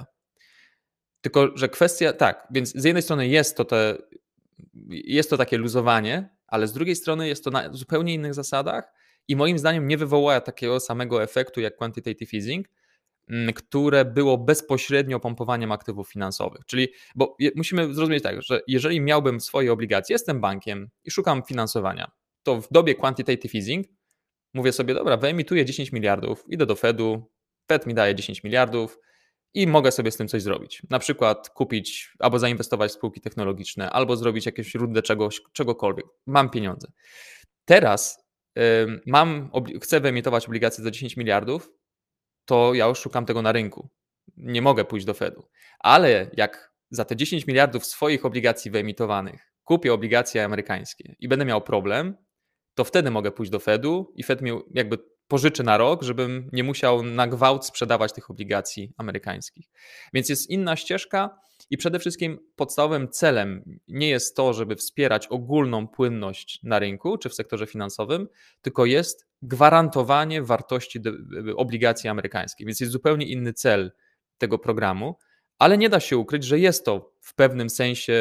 S1: Tylko, że kwestia, tak, więc z jednej strony jest to, te, jest to takie luzowanie, ale z drugiej strony jest to na zupełnie innych zasadach i moim zdaniem nie wywoła takiego samego efektu jak quantitative easing, które było bezpośrednio pompowaniem aktywów finansowych. Czyli, bo je, musimy zrozumieć tak, że jeżeli miałbym swoje obligacje, jestem bankiem i szukam finansowania, to w dobie quantitative easing mówię sobie, dobra, wyemituję dziesięć miliardów, idę do Fedu, Fed mi daje dziesięć miliardów i mogę sobie z tym coś zrobić. Na przykład kupić albo zainwestować w spółki technologiczne, albo zrobić jakieś rundę czegoś, czegokolwiek. Mam pieniądze. Teraz y, mam, chcę wyemitować obligacje za dziesięć miliardów, to ja już szukam tego na rynku. Nie mogę pójść do Fedu. Ale jak za te dziesięć miliardów swoich obligacji wyemitowanych kupię obligacje amerykańskie i będę miał problem, to wtedy mogę pójść do Fedu i Fed mi jakby pożyczy na rok, żebym nie musiał na gwałt sprzedawać tych obligacji amerykańskich. Więc jest inna ścieżka i przede wszystkim podstawowym celem nie jest to, żeby wspierać ogólną płynność na rynku czy w sektorze finansowym, tylko jest gwarantowanie wartości obligacji amerykańskich. Więc jest zupełnie inny cel tego programu, ale nie da się ukryć, że jest to w pewnym sensie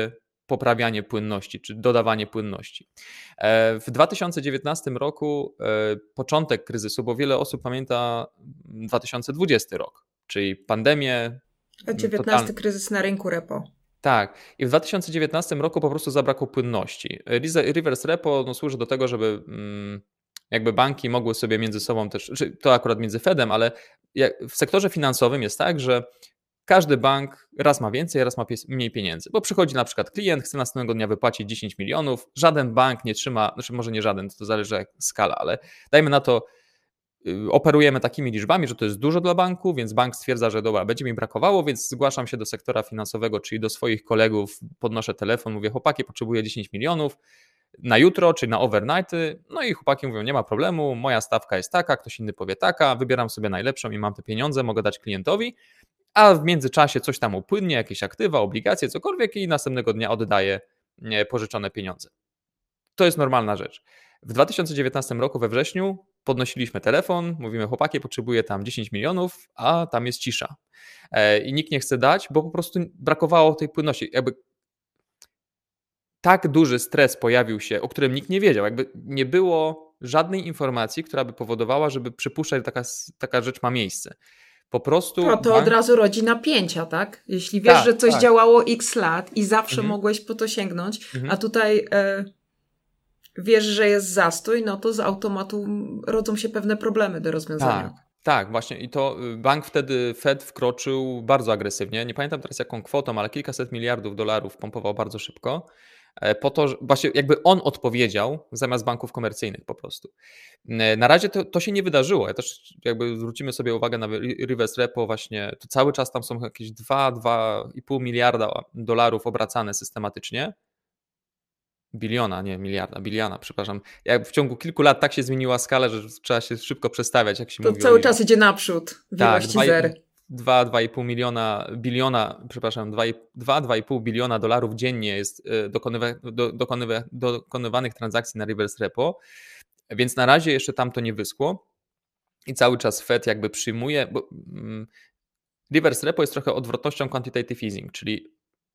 S1: poprawianie płynności czy dodawanie płynności. W dwa tysiące dziewiętnastym roku początek kryzysu, bo wiele osób pamięta dwa tysiące dwudziesty rok, czyli pandemię.
S2: dziewiętnasty total... kryzys na rynku repo.
S1: Tak. I w dwa tysiące dziewiętnastym roku po prostu zabrakło płynności. Reverse repo no, służy do tego, żeby jakby banki mogły sobie między sobą też, to akurat między Fedem, ale w sektorze finansowym jest tak, że każdy bank raz ma więcej, raz ma mniej pieniędzy, bo przychodzi na przykład klient, chce następnego dnia wypłacić dziesięć milionów, żaden bank nie trzyma, znaczy może nie żaden, to zależy jak skala, ale dajmy na to, operujemy takimi liczbami, że to jest dużo dla banku, więc bank stwierdza, że dobra, będzie mi brakowało, więc zgłaszam się do sektora finansowego, czyli do swoich kolegów, podnoszę telefon, mówię, chłopaki, potrzebuję dziesięć milionów na jutro, czy na overnighty, no i chłopaki mówią, nie ma problemu, moja stawka jest taka, ktoś inny powie taka, wybieram sobie najlepszą i mam te pieniądze, mogę dać klientowi, a w międzyczasie coś tam upłynnie, jakieś aktywa, obligacje, cokolwiek i następnego dnia oddaję pożyczone pieniądze. To jest normalna rzecz. W dwa tysiące dziewiętnastym roku we wrześniu podnosiliśmy telefon, mówimy chłopaki, potrzebuję tam dziesięć milionów, a tam jest cisza. I nikt nie chce dać, bo po prostu brakowało tej płynności. Jakby tak duży stres pojawił się, o którym nikt nie wiedział. Jakby nie było żadnej informacji, która by powodowała, żeby przypuszczać, że taka, taka rzecz ma miejsce. Po prostu.
S2: No to
S1: bank...
S2: od razu rodzi napięcia, tak? Jeśli wiesz,
S1: tak,
S2: że coś
S1: tak.
S2: działało x lat i zawsze
S1: mhm.
S2: mogłeś po to sięgnąć,
S1: mhm.
S2: a tutaj e, wiesz, że jest zastój, no to z automatu rodzą się pewne problemy do rozwiązania.
S1: Tak. Tak, właśnie i to bank wtedy, Fed wkroczył bardzo agresywnie, nie pamiętam teraz jaką kwotą, ale kilkaset miliardów dolarów pompował bardzo szybko, po to, że właśnie jakby on odpowiedział zamiast banków komercyjnych po prostu. Na razie to, to się nie wydarzyło, ja też jakby zwrócimy sobie uwagę na reverse repo właśnie, to cały czas tam są jakieś dwa, dwa i pół miliarda dolarów obracane systematycznie. Biliona, nie miliarda, biliona, przepraszam. Jak w ciągu kilku lat tak się zmieniła skala, że trzeba się szybko przestawiać, jak się
S2: to
S1: mówi.
S2: To cały czas idzie naprzód w
S1: tak,
S2: ilości zer.
S1: dwa, dwa i pół miliona, biliona, przepraszam, dwa, dwa i pół biliona dolarów dziennie jest dokonywa, do, dokonywa, dokonywanych transakcji na reverse repo, więc na razie jeszcze tam to nie wyschło i cały czas Fed jakby przyjmuje, bo mm, reverse repo jest trochę odwrotnością quantitative easing, czyli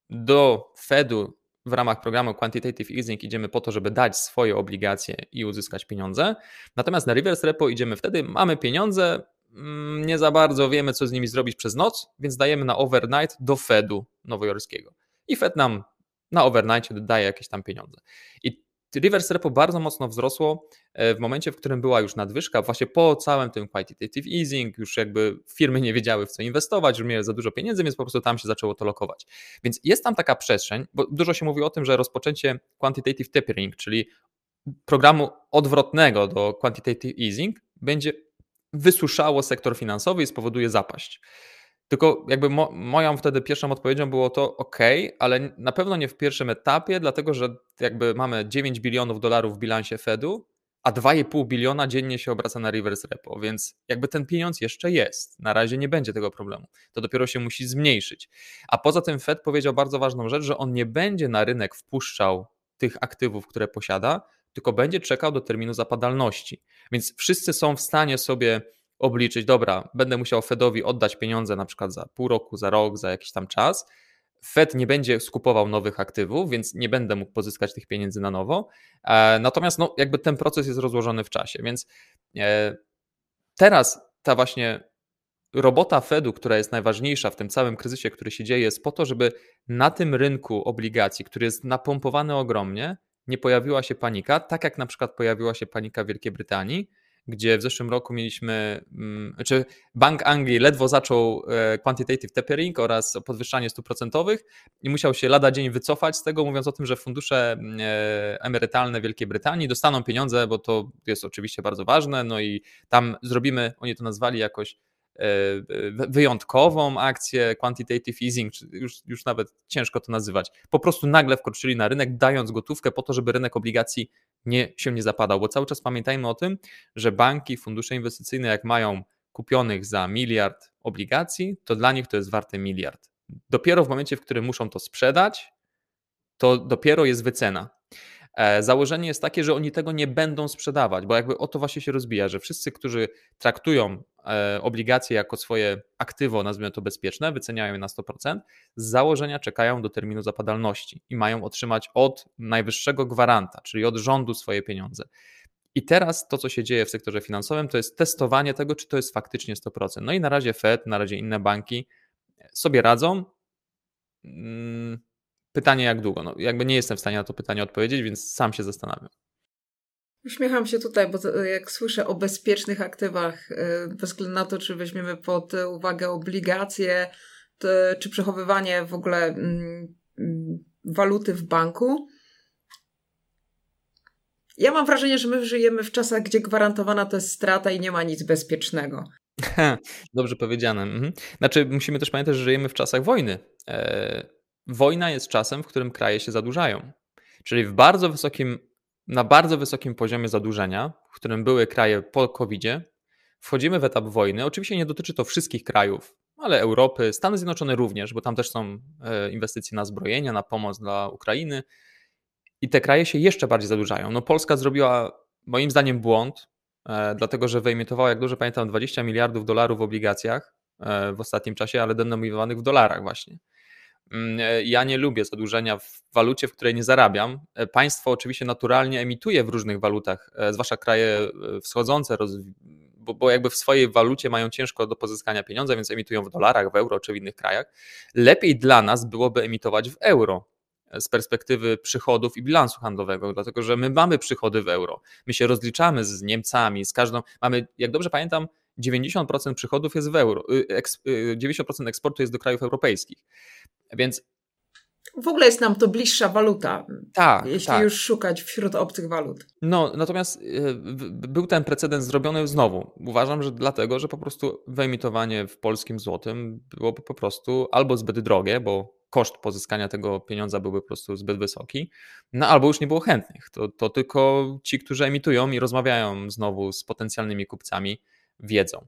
S1: do Fedu w ramach programu Quantitative Easing idziemy po to, żeby dać swoje obligacje i uzyskać pieniądze. Natomiast na reverse repo idziemy wtedy, mamy pieniądze, nie za bardzo wiemy, co z nimi zrobić przez noc, więc dajemy na overnight do Fedu nowojorskiego. I Fed nam na overnightie daje jakieś tam pieniądze. I reverse repo bardzo mocno wzrosło w momencie, w którym była już nadwyżka, właśnie po całym tym quantitative easing, już jakby firmy nie wiedziały, w co inwestować, że miały za dużo pieniędzy, więc po prostu tam się zaczęło to lokować. Więc jest tam taka przestrzeń, bo dużo się mówi o tym, że rozpoczęcie quantitative tapering, czyli programu odwrotnego do quantitative easing, będzie wysuszało sektor finansowy i spowoduje zapaść. Tylko jakby mo- moją wtedy pierwszą odpowiedzią było to ok, ale na pewno nie w pierwszym etapie, dlatego że jakby mamy dziewięć bilionów dolarów w bilansie Fedu, a dwa i pół biliona dziennie się obraca na reverse repo, więc jakby ten pieniądz jeszcze jest. Na razie nie będzie tego problemu. To dopiero się musi zmniejszyć. A poza tym Fed powiedział bardzo ważną rzecz, że on nie będzie na rynek wpuszczał tych aktywów, które posiada, tylko będzie czekał do terminu zapadalności. Więc wszyscy są w stanie sobie obliczyć, dobra, będę musiał Fedowi oddać pieniądze na przykład za pół roku, za rok, za jakiś tam czas. Fed nie będzie skupował nowych aktywów, więc nie będę mógł pozyskać tych pieniędzy na nowo. Natomiast no, jakby ten proces jest rozłożony w czasie, więc teraz ta właśnie robota Fedu, która jest najważniejsza w tym całym kryzysie, który się dzieje, jest po to, żeby na tym rynku obligacji, który jest napompowany ogromnie, nie pojawiła się panika, tak jak na przykład pojawiła się panika w Wielkiej Brytanii, gdzie w zeszłym roku mieliśmy, znaczy Bank Anglii ledwo zaczął quantitative tapering oraz podwyższanie stóp procentowych i musiał się lada dzień wycofać z tego, mówiąc o tym, że fundusze emerytalne Wielkiej Brytanii dostaną pieniądze, bo to jest oczywiście bardzo ważne, no i tam zrobimy, oni to nazwali jakoś wyjątkową akcję quantitative easing, już, już nawet ciężko to nazywać. Po prostu nagle wkroczyli na rynek, dając gotówkę po to, żeby rynek obligacji nie, się nie zapadał, bo cały czas pamiętajmy o tym, że banki, fundusze inwestycyjne jak mają kupionych za miliard obligacji, to dla nich to jest warte miliard. Dopiero w momencie, w którym muszą to sprzedać, to dopiero jest wycena. Założenie jest takie, że oni tego nie będą sprzedawać, bo jakby o to właśnie się rozbija, że wszyscy, którzy traktują obligacje jako swoje aktywo, nazwijmy to bezpieczne, wyceniają je na sto procent, z założenia czekają do terminu zapadalności i mają otrzymać od najwyższego gwaranta, czyli od rządu, swoje pieniądze. I teraz to, co się dzieje w sektorze finansowym, to jest testowanie tego, czy to jest faktycznie sto procent. No i na razie Fed, na razie inne banki sobie radzą. Pytanie, jak długo? No, jakby nie jestem w stanie na to pytanie odpowiedzieć, więc sam się zastanawiam.
S2: Uśmiecham się tutaj, bo to, jak słyszę o bezpiecznych aktywach, bez względu na to, czy weźmiemy pod uwagę obligacje, to, czy przechowywanie w ogóle mm, waluty w banku, ja mam wrażenie, że my żyjemy w czasach, gdzie gwarantowana to jest strata i nie ma nic bezpiecznego.
S1: Dobrze powiedziane. Mhm. Znaczy, musimy też pamiętać, że żyjemy w czasach wojny. E, wojna jest czasem, w którym kraje się zadłużają. Czyli w bardzo wysokim, na bardzo wysokim poziomie zadłużenia, w którym były kraje po kowidzie, wchodzimy w etap wojny. Oczywiście nie dotyczy to wszystkich krajów, ale Europy, Stany Zjednoczone również, bo tam też są inwestycje na zbrojenia, na pomoc dla Ukrainy. I te kraje się jeszcze bardziej zadłużają. No Polska zrobiła moim zdaniem błąd, e, dlatego że wyemitowała, jak dobrze pamiętam, dwadzieścia miliardów dolarów w obligacjach e, w ostatnim czasie, ale denominowanych w dolarach właśnie. E, ja nie lubię zadłużenia w walucie, w której nie zarabiam. E, państwo oczywiście naturalnie emituje w różnych walutach, e, zwłaszcza kraje wschodzące, roz, bo, bo jakby w swojej walucie mają ciężko do pozyskania pieniądza, więc emitują w dolarach, w euro czy w innych krajach. Lepiej dla nas byłoby emitować w euro z perspektywy przychodów i bilansu handlowego, dlatego że my mamy przychody w euro. My się rozliczamy z Niemcami, z każdą, mamy, jak dobrze pamiętam, dziewięćdziesiąt procent przychodów jest w euro, dziewięćdziesiąt procent eksportu jest do krajów europejskich. Więc
S2: w ogóle jest nam to bliższa waluta,
S1: tak,
S2: jeśli
S1: tak.
S2: już szukać wśród obcych walut.
S1: No, natomiast był ten precedens zrobiony znowu. Uważam, że dlatego, że po prostu wyemitowanie w polskim złotym byłoby po prostu albo zbyt drogie, bo koszt pozyskania tego pieniądza byłby po prostu zbyt wysoki, no albo już nie było chętnych. To, to tylko ci, którzy emitują i rozmawiają znowu z potencjalnymi kupcami, wiedzą.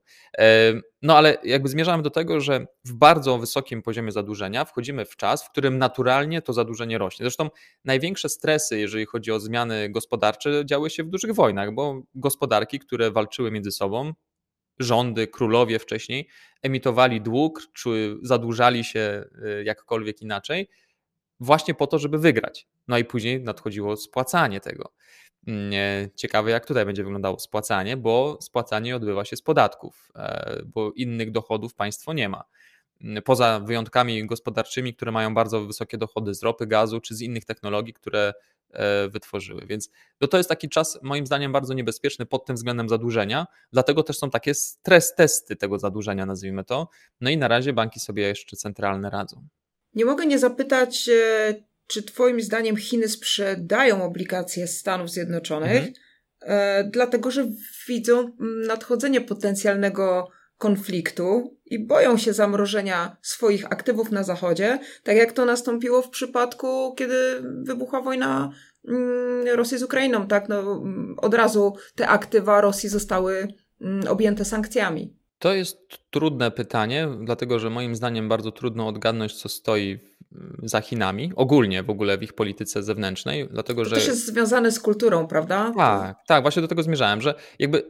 S1: No ale jakby zmierzamy do tego, że w bardzo wysokim poziomie zadłużenia wchodzimy w czas, w którym naturalnie to zadłużenie rośnie. Zresztą największe stresy, jeżeli chodzi o zmiany gospodarcze, działy się w dużych wojnach, bo gospodarki, które walczyły między sobą, rządy, królowie wcześniej, emitowali dług, czy zadłużali się jakkolwiek inaczej, właśnie po to, żeby wygrać. No i później nadchodziło spłacanie tego. Ciekawe, jak tutaj będzie wyglądało spłacanie, bo spłacanie odbywa się z podatków, bo innych dochodów państwo nie ma. Poza wyjątkami gospodarczymi, które mają bardzo wysokie dochody z ropy, gazu czy z innych technologii, które wytworzyły. Więc no to jest taki czas, moim zdaniem, bardzo niebezpieczny pod tym względem zadłużenia, dlatego też są takie stres testy tego zadłużenia, nazwijmy to. No i na razie banki sobie jeszcze centralne radzą.
S2: Nie mogę nie zapytać, czy twoim zdaniem Chiny sprzedają obligacje Stanów Zjednoczonych, mhm. e, dlatego że widzą nadchodzenie potencjalnego konfliktu i boją się zamrożenia swoich aktywów na Zachodzie, tak jak to nastąpiło w przypadku, kiedy wybuchła wojna mm, Rosji z Ukrainą. Tak? No, od razu te aktywa Rosji zostały mm, objęte sankcjami.
S1: To jest trudne pytanie, dlatego że moim zdaniem bardzo trudno odgadnąć, co stoi za Chinami, ogólnie w ogóle w ich polityce zewnętrznej. Dlatego,
S2: to
S1: że...
S2: też jest związane z kulturą, prawda?
S1: Tak, tak, właśnie do tego zmierzałem, że jakby,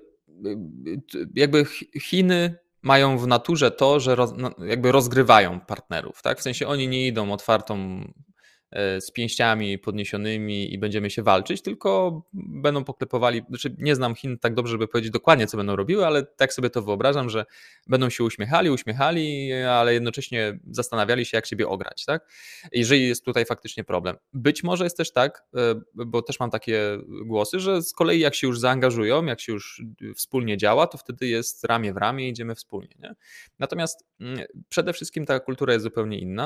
S1: jakby Chiny mają w naturze to, że roz, jakby rozgrywają partnerów, tak? W sensie oni nie idą otwartą z pięściami podniesionymi i będziemy się walczyć, tylko będą poklepowali, znaczy nie znam Chin tak dobrze, żeby powiedzieć dokładnie, co będą robiły, ale tak sobie to wyobrażam, że będą się uśmiechali, uśmiechali, ale jednocześnie zastanawiali się, jak siebie ograć, tak? Jeżeli jest tutaj faktycznie problem. Być może jest też tak, bo też mam takie głosy, że z kolei jak się już zaangażują, jak się już wspólnie działa, to wtedy jest ramię w ramię i idziemy wspólnie, nie? Natomiast przede wszystkim ta kultura jest zupełnie inna.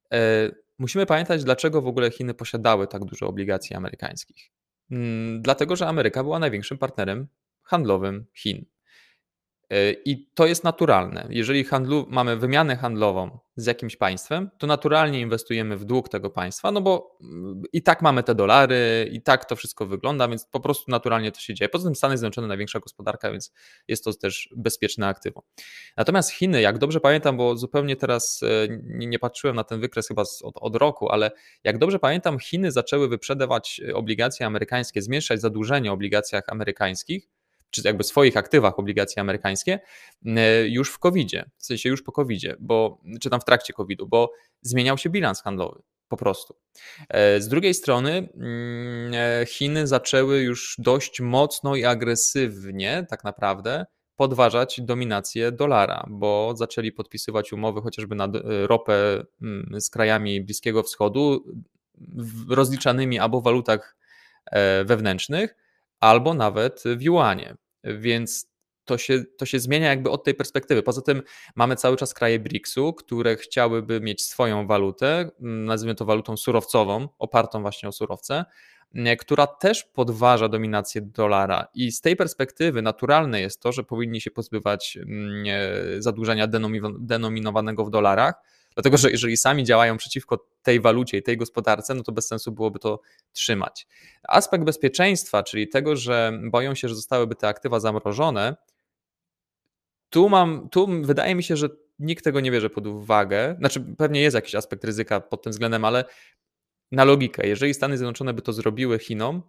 S1: Musimy pamiętać, dlaczego w ogóle Chiny posiadały tak dużo obligacji amerykańskich. Dlatego, że Ameryka była największym partnerem handlowym Chin. I to jest naturalne. Jeżeli handlu, mamy wymianę handlową z jakimś państwem, to naturalnie inwestujemy w dług tego państwa, no bo i tak mamy te dolary, i tak to wszystko wygląda, więc po prostu naturalnie to się dzieje. Poza tym Stany Zjednoczone największa gospodarka, więc jest to też bezpieczne aktywo. Natomiast Chiny, jak dobrze pamiętam, bo zupełnie teraz nie, nie patrzyłem na ten wykres chyba od, od roku, ale jak dobrze pamiętam, Chiny zaczęły wyprzedawać obligacje amerykańskie, zmniejszać zadłużenie w obligacjach amerykańskich, czy jakby swoich aktywach obligacje amerykańskie już w kowidzie, w sensie już po kowidzie, bo, czy tam w trakcie kowidu, bo zmieniał się bilans handlowy po prostu. Z drugiej strony Chiny zaczęły już dość mocno i agresywnie tak naprawdę podważać dominację dolara, bo zaczęli podpisywać umowy chociażby na ropę z krajami Bliskiego Wschodu rozliczanymi albo w walutach wewnętrznych, albo nawet w juanie, więc to się, to się zmienia jakby od tej perspektywy. Poza tym mamy cały czas kraje briksu, które chciałyby mieć swoją walutę, nazwijmy to walutą surowcową, opartą właśnie o surowce, która też podważa dominację dolara i z tej perspektywy naturalne jest to, że powinni się pozbywać zadłużenia denominowanego w dolarach, dlatego że jeżeli sami działają przeciwko tej walucie i tej gospodarce, no to bez sensu byłoby to trzymać. Aspekt bezpieczeństwa, czyli tego, że boją się, że zostałyby te aktywa zamrożone, tu mam, tu wydaje mi się, że nikt tego nie bierze pod uwagę, znaczy pewnie jest jakiś aspekt ryzyka pod tym względem, ale na logikę, jeżeli Stany Zjednoczone by to zrobiły Chinom,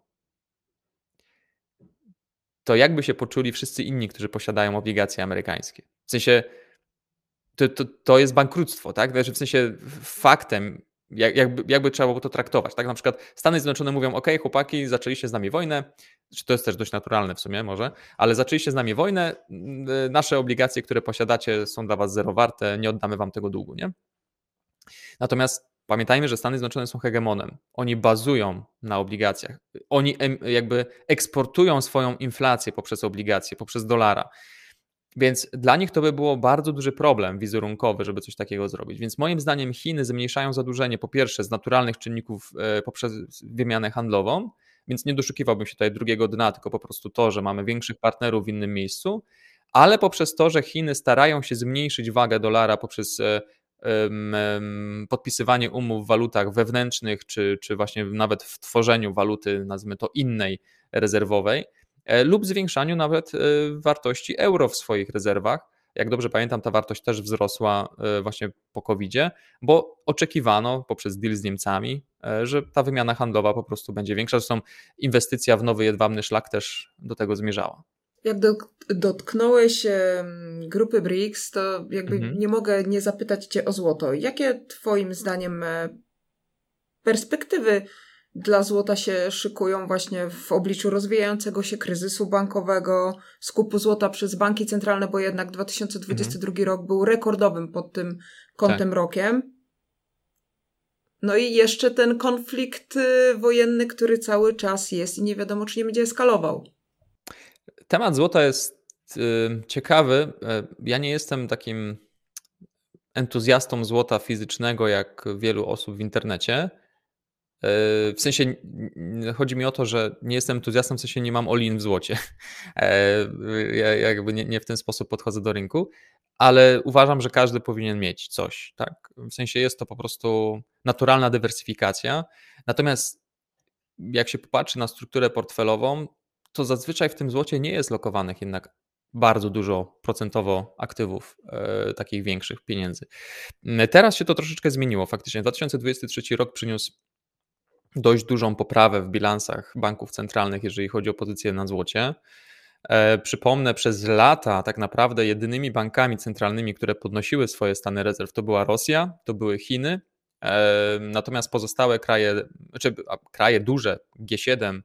S1: to jakby się poczuli wszyscy inni, którzy posiadają obligacje amerykańskie? W sensie to, to, to jest bankructwo, tak? W sensie faktem, jak, jakby, jakby trzeba było to traktować, tak? Na przykład Stany Zjednoczone mówią, ok, chłopaki, zaczęliście z nami wojnę, czy to jest też dość naturalne w sumie może, ale zaczęliście z nami wojnę, nasze obligacje, które posiadacie są dla was zero warte, nie oddamy wam tego długu, nie? Natomiast pamiętajmy, że Stany Zjednoczone są hegemonem. Oni bazują na obligacjach. Oni jakby eksportują swoją inflację poprzez obligacje, poprzez dolara. Więc dla nich to by było bardzo duży problem wizerunkowy, żeby coś takiego zrobić. Więc moim zdaniem Chiny zmniejszają zadłużenie po pierwsze z naturalnych czynników poprzez wymianę handlową, więc nie doszukiwałbym się tutaj drugiego dna, tylko po prostu to, że mamy większych partnerów w innym miejscu, ale poprzez to, że Chiny starają się zmniejszyć wagę dolara poprzez podpisywanie umów w walutach wewnętrznych, czy, czy właśnie nawet w tworzeniu waluty, nazwijmy to innej, rezerwowej, lub zwiększaniu nawet wartości euro w swoich rezerwach. Jak dobrze pamiętam, ta wartość też wzrosła właśnie po kowidzie, bo oczekiwano poprzez deal z Niemcami, że ta wymiana handlowa po prostu będzie większa. Zresztą inwestycja w nowy jedwabny szlak też do tego zmierzała.
S2: Jak dotknąłeś grupy briks, to jakby mhm. nie mogę nie zapytać Cię o złoto. Jakie Twoim zdaniem perspektywy dla złota się szykują właśnie w obliczu rozwijającego się kryzysu bankowego, skupu złota przez banki centralne, bo jednak dwa tysiące dwudziesty drugi mhm. rok był rekordowym pod tym kątem tak. rokiem. No i jeszcze ten konflikt wojenny, który cały czas jest i nie wiadomo, czy nie będzie eskalował.
S1: Temat złota jest ciekawy. Ja nie jestem takim entuzjastą złota fizycznego jak wielu osób w internecie. W sensie chodzi mi o to, że nie jestem entuzjastą, w sensie nie mam all-in w złocie. Ja jakby nie, nie w ten sposób podchodzę do rynku, ale uważam, że każdy powinien mieć coś. Tak? W sensie jest to po prostu naturalna dywersyfikacja. Natomiast jak się popatrzy na strukturę portfelową, to zazwyczaj w tym złocie nie jest lokowanych jednak bardzo dużo procentowo aktywów e, takich większych pieniędzy. Teraz się to troszeczkę zmieniło faktycznie. dwa tysiące dwudziesty trzeci rok przyniósł dość dużą poprawę w bilansach banków centralnych, jeżeli chodzi o pozycję na złocie. E, przypomnę, przez lata tak naprawdę jedynymi bankami centralnymi, które podnosiły swoje stany rezerw, to była Rosja, to były Chiny, e, natomiast pozostałe kraje, czy kraje duże, G siedem,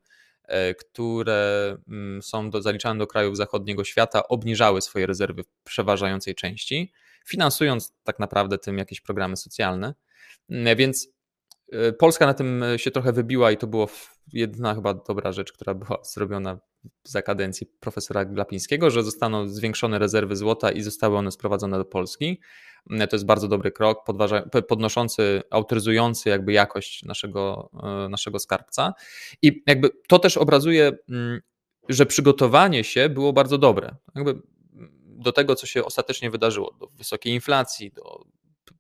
S1: które są do, zaliczane do krajów zachodniego świata, obniżały swoje rezerwy w przeważającej części, finansując tak naprawdę tym jakieś programy socjalne. Więc Polska na tym się trochę wybiła i to było jedna chyba dobra rzecz, która była zrobiona za kadencji profesora Glapińskiego, że zostaną zwiększone rezerwy złota i zostały one sprowadzone do Polski. To jest bardzo dobry krok, podnoszący, autoryzujący jakby jakość naszego, naszego skarbca. I jakby to też obrazuje, że przygotowanie się było bardzo dobre. Jakby do tego, co się ostatecznie wydarzyło, do wysokiej inflacji, do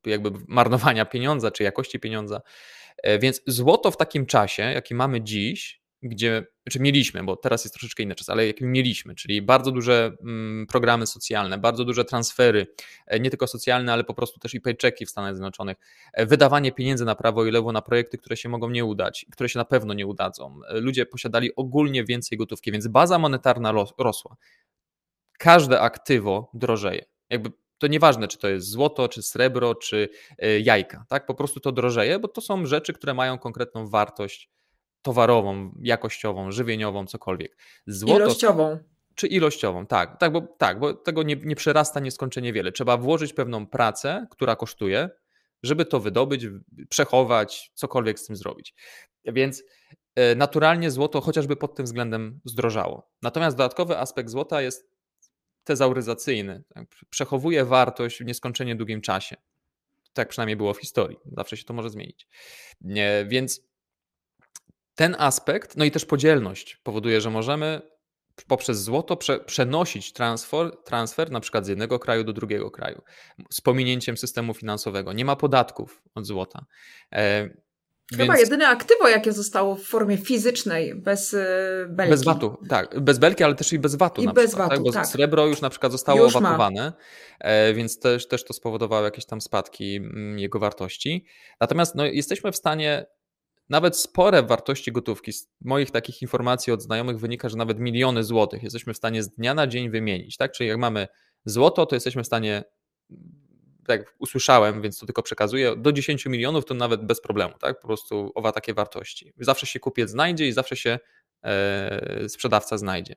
S1: jakby marnowania pieniądza czy jakości pieniądza. Więc złoto w takim czasie, jaki mamy dziś, gdzie, czy mieliśmy, bo teraz jest troszeczkę inny czas, ale jaki mieliśmy, czyli bardzo duże mm, programy socjalne, bardzo duże transfery, nie tylko socjalne, ale po prostu też i paychecki w Stanach Zjednoczonych, wydawanie pieniędzy na prawo i lewo na projekty, które się mogą nie udać, które się na pewno nie udadzą. Ludzie posiadali ogólnie więcej gotówki, więc baza monetarna rosła. Każde aktywo drożeje. Jakby to nieważne, czy to jest złoto, czy srebro, czy jajka, tak? Po prostu to drożeje, bo to są rzeczy, które mają konkretną wartość towarową, jakościową, żywieniową, cokolwiek.
S2: Złoto, ilościową.
S1: Czy ilościową, tak, tak, bo, tak, bo tego nie, nie przerasta nieskończenie wiele. Trzeba włożyć pewną pracę, która kosztuje, żeby to wydobyć, przechować, cokolwiek z tym zrobić. Więc naturalnie złoto chociażby pod tym względem zdrożało. Natomiast dodatkowy aspekt złota jest tezauryzacyjny. Tak? Przechowuje wartość w nieskończenie długim czasie. Tak przynajmniej było w historii. Zawsze się to może zmienić. Nie, więc ten aspekt, no i też podzielność powoduje, że możemy poprzez złoto prze, przenosić transfer, transfer na przykład z jednego kraju do drugiego kraju z pominięciem systemu finansowego. Nie ma podatków od złota. E,
S2: Chyba więc... jedyne aktywo, jakie zostało w formie fizycznej, bez belki.
S1: Bez vatu, tak. Bez belki, ale też i bez vatu.
S2: I
S1: na
S2: bez
S1: przykład,
S2: vatu,
S1: tak? Bo
S2: tak.
S1: Srebro już na przykład zostało
S2: już
S1: watowane, e, więc też, też to spowodowało jakieś tam spadki jego wartości. Natomiast no, jesteśmy w stanie nawet spore wartości gotówki, z moich takich informacji od znajomych wynika, że nawet miliony złotych jesteśmy w stanie z dnia na dzień wymienić, tak? Czyli jak mamy złoto, to jesteśmy w stanie, tak jak usłyszałem, więc to tylko przekazuję, do dziesięć milionów to nawet bez problemu, tak? Po prostu owa takie wartości. Zawsze się kupiec znajdzie i zawsze się e, sprzedawca znajdzie.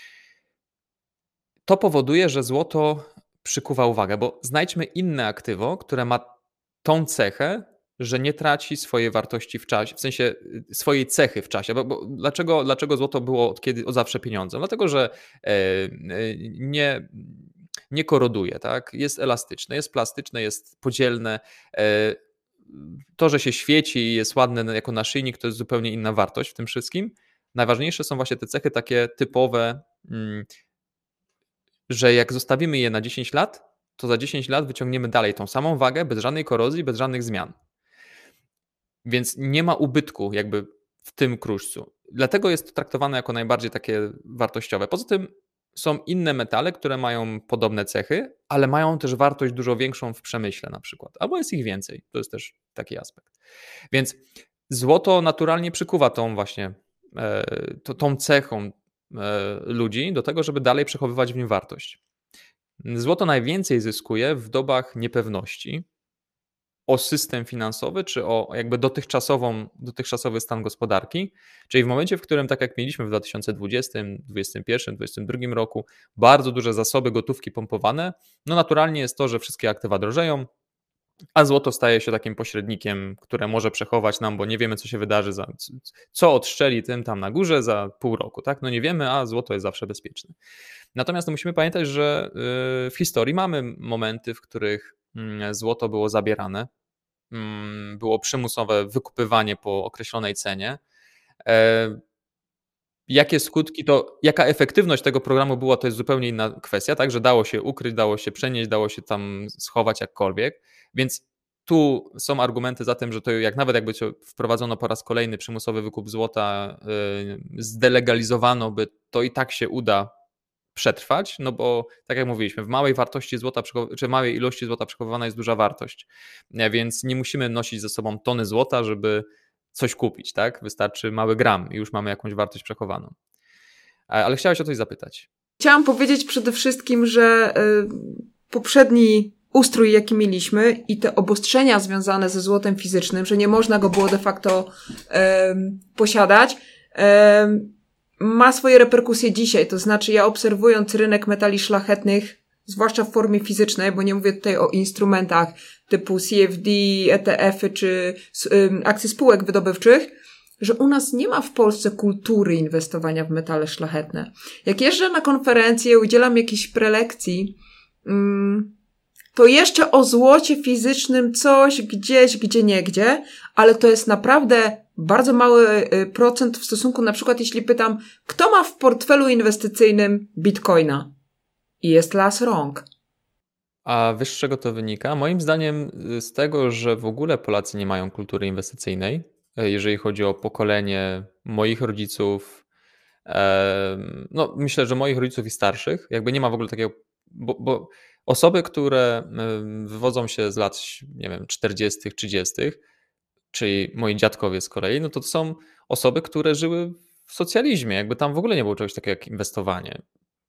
S1: To powoduje, że złoto przykuwa uwagę, bo znajdźmy inne aktywo, które ma tą cechę, że nie traci swojej wartości w czasie, w sensie swojej cechy w czasie. Bo, bo dlaczego, dlaczego złoto było od kiedy od zawsze pieniądzem? Dlatego, że e, nie, nie koroduje, tak? Jest elastyczne, jest plastyczne, jest podzielne. E, to, że się świeci i jest ładne jako naszyjnik, to jest zupełnie inna wartość w tym wszystkim. Najważniejsze są właśnie te cechy takie typowe, mm, że jak zostawimy je na dziesięć lat, to za dziesięć lat wyciągniemy dalej tą samą wagę, bez żadnej korozji, bez żadnych zmian. Więc nie ma ubytku jakby w tym kruszcu. Dlatego jest to traktowane jako najbardziej takie wartościowe. Poza tym są inne metale, które mają podobne cechy, ale mają też wartość dużo większą w przemyśle na przykład. Albo jest ich więcej. To jest też taki aspekt. Więc złoto naturalnie przykuwa tą właśnie e, to, tą cechą e, ludzi do tego, żeby dalej przechowywać w nim wartość. Złoto najwięcej zyskuje w dobach niepewności o system finansowy, czy o jakby dotychczasową, dotychczasowy stan gospodarki, czyli w momencie, w którym tak jak mieliśmy w dwa tysiące dwudziestym, dwudziestym pierwszym, dwudziestym drugim roku bardzo duże zasoby gotówki pompowane, no naturalnie jest to, że wszystkie aktywa drożeją, a złoto staje się takim pośrednikiem, które może przechować nam, bo nie wiemy, co się wydarzy, za, co odstrzeli tym tam na górze za pół roku, tak? No nie wiemy, a złoto jest zawsze bezpieczne. Natomiast no musimy pamiętać, że w historii mamy momenty, w których złoto było zabierane, było przymusowe wykupywanie po określonej cenie. Jakie skutki to, jaka efektywność tego programu była, to jest zupełnie inna kwestia, tak, że dało się ukryć, dało się przenieść, dało się tam schować jakkolwiek, więc tu są argumenty za tym, że to jak nawet jakby wprowadzono po raz kolejny przymusowy wykup złota, zdelegalizowano by, to i tak się uda przetrwać, no bo tak jak mówiliśmy, w małej wartości złota, czy małej ilości złota przechowywana jest duża wartość, więc nie musimy nosić ze sobą tony złota, żeby coś kupić, tak? Wystarczy mały gram i już mamy jakąś wartość przechowaną. Ale chciałeś o coś zapytać.
S2: Chciałam powiedzieć przede wszystkim, że poprzedni ustrój, jaki mieliśmy i te obostrzenia związane ze złotem fizycznym, że nie można go było de facto um, posiadać, um, ma swoje reperkusje dzisiaj. To znaczy ja obserwując rynek metali szlachetnych, zwłaszcza w formie fizycznej, bo nie mówię tutaj o instrumentach typu C F D, E T F-y czy um, akcje spółek wydobywczych, że u nas nie ma w Polsce kultury inwestowania w metale szlachetne. Jak jeżdżę na konferencje, udzielam jakiejś prelekcji, um, to jeszcze o złocie fizycznym coś gdzieś, gdzie niegdzie, ale to jest naprawdę bardzo mały procent w stosunku, na przykład jeśli pytam, kto ma w portfelu inwestycyjnym bitcoina? I jest las rąk.
S1: A wiesz, z czego to wynika? Moim zdaniem y, z tego, że w ogóle Polacy nie mają kultury inwestycyjnej, e, jeżeli chodzi o pokolenie moich rodziców, em, no myślę, że moich rodziców i starszych, jakby nie ma w ogóle takiego, bo, bo osoby, które em, wywodzą się z lat, nie wiem, czterdziestych, trzydziestych, czyli moi dziadkowie z kolei, no to to są osoby, które żyły w socjalizmie, jakby tam w ogóle nie było czegoś takiego jak inwestowanie.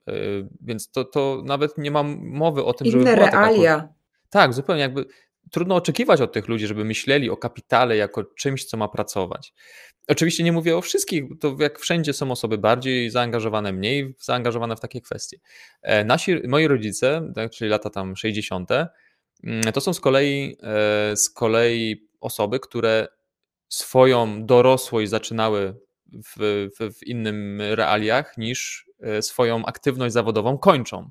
S1: Y, Więc to, to nawet nie mam mowy o tym, żeby
S2: Inne
S1: była taka kultura.
S2: realia.
S1: Tak, zupełnie jakby trudno oczekiwać od tych ludzi, żeby myśleli o kapitale jako czymś, co ma pracować. Oczywiście nie mówię o wszystkich, to jak wszędzie są osoby bardziej zaangażowane, mniej zaangażowane w takie kwestie. E, Nasi, moi rodzice, tak, czyli lata tam sześćdziesiąte, mm, to są z kolei, e, z kolei osoby, które swoją dorosłość zaczynały w, w, w innym realiach niż e, swoją aktywność zawodową kończą.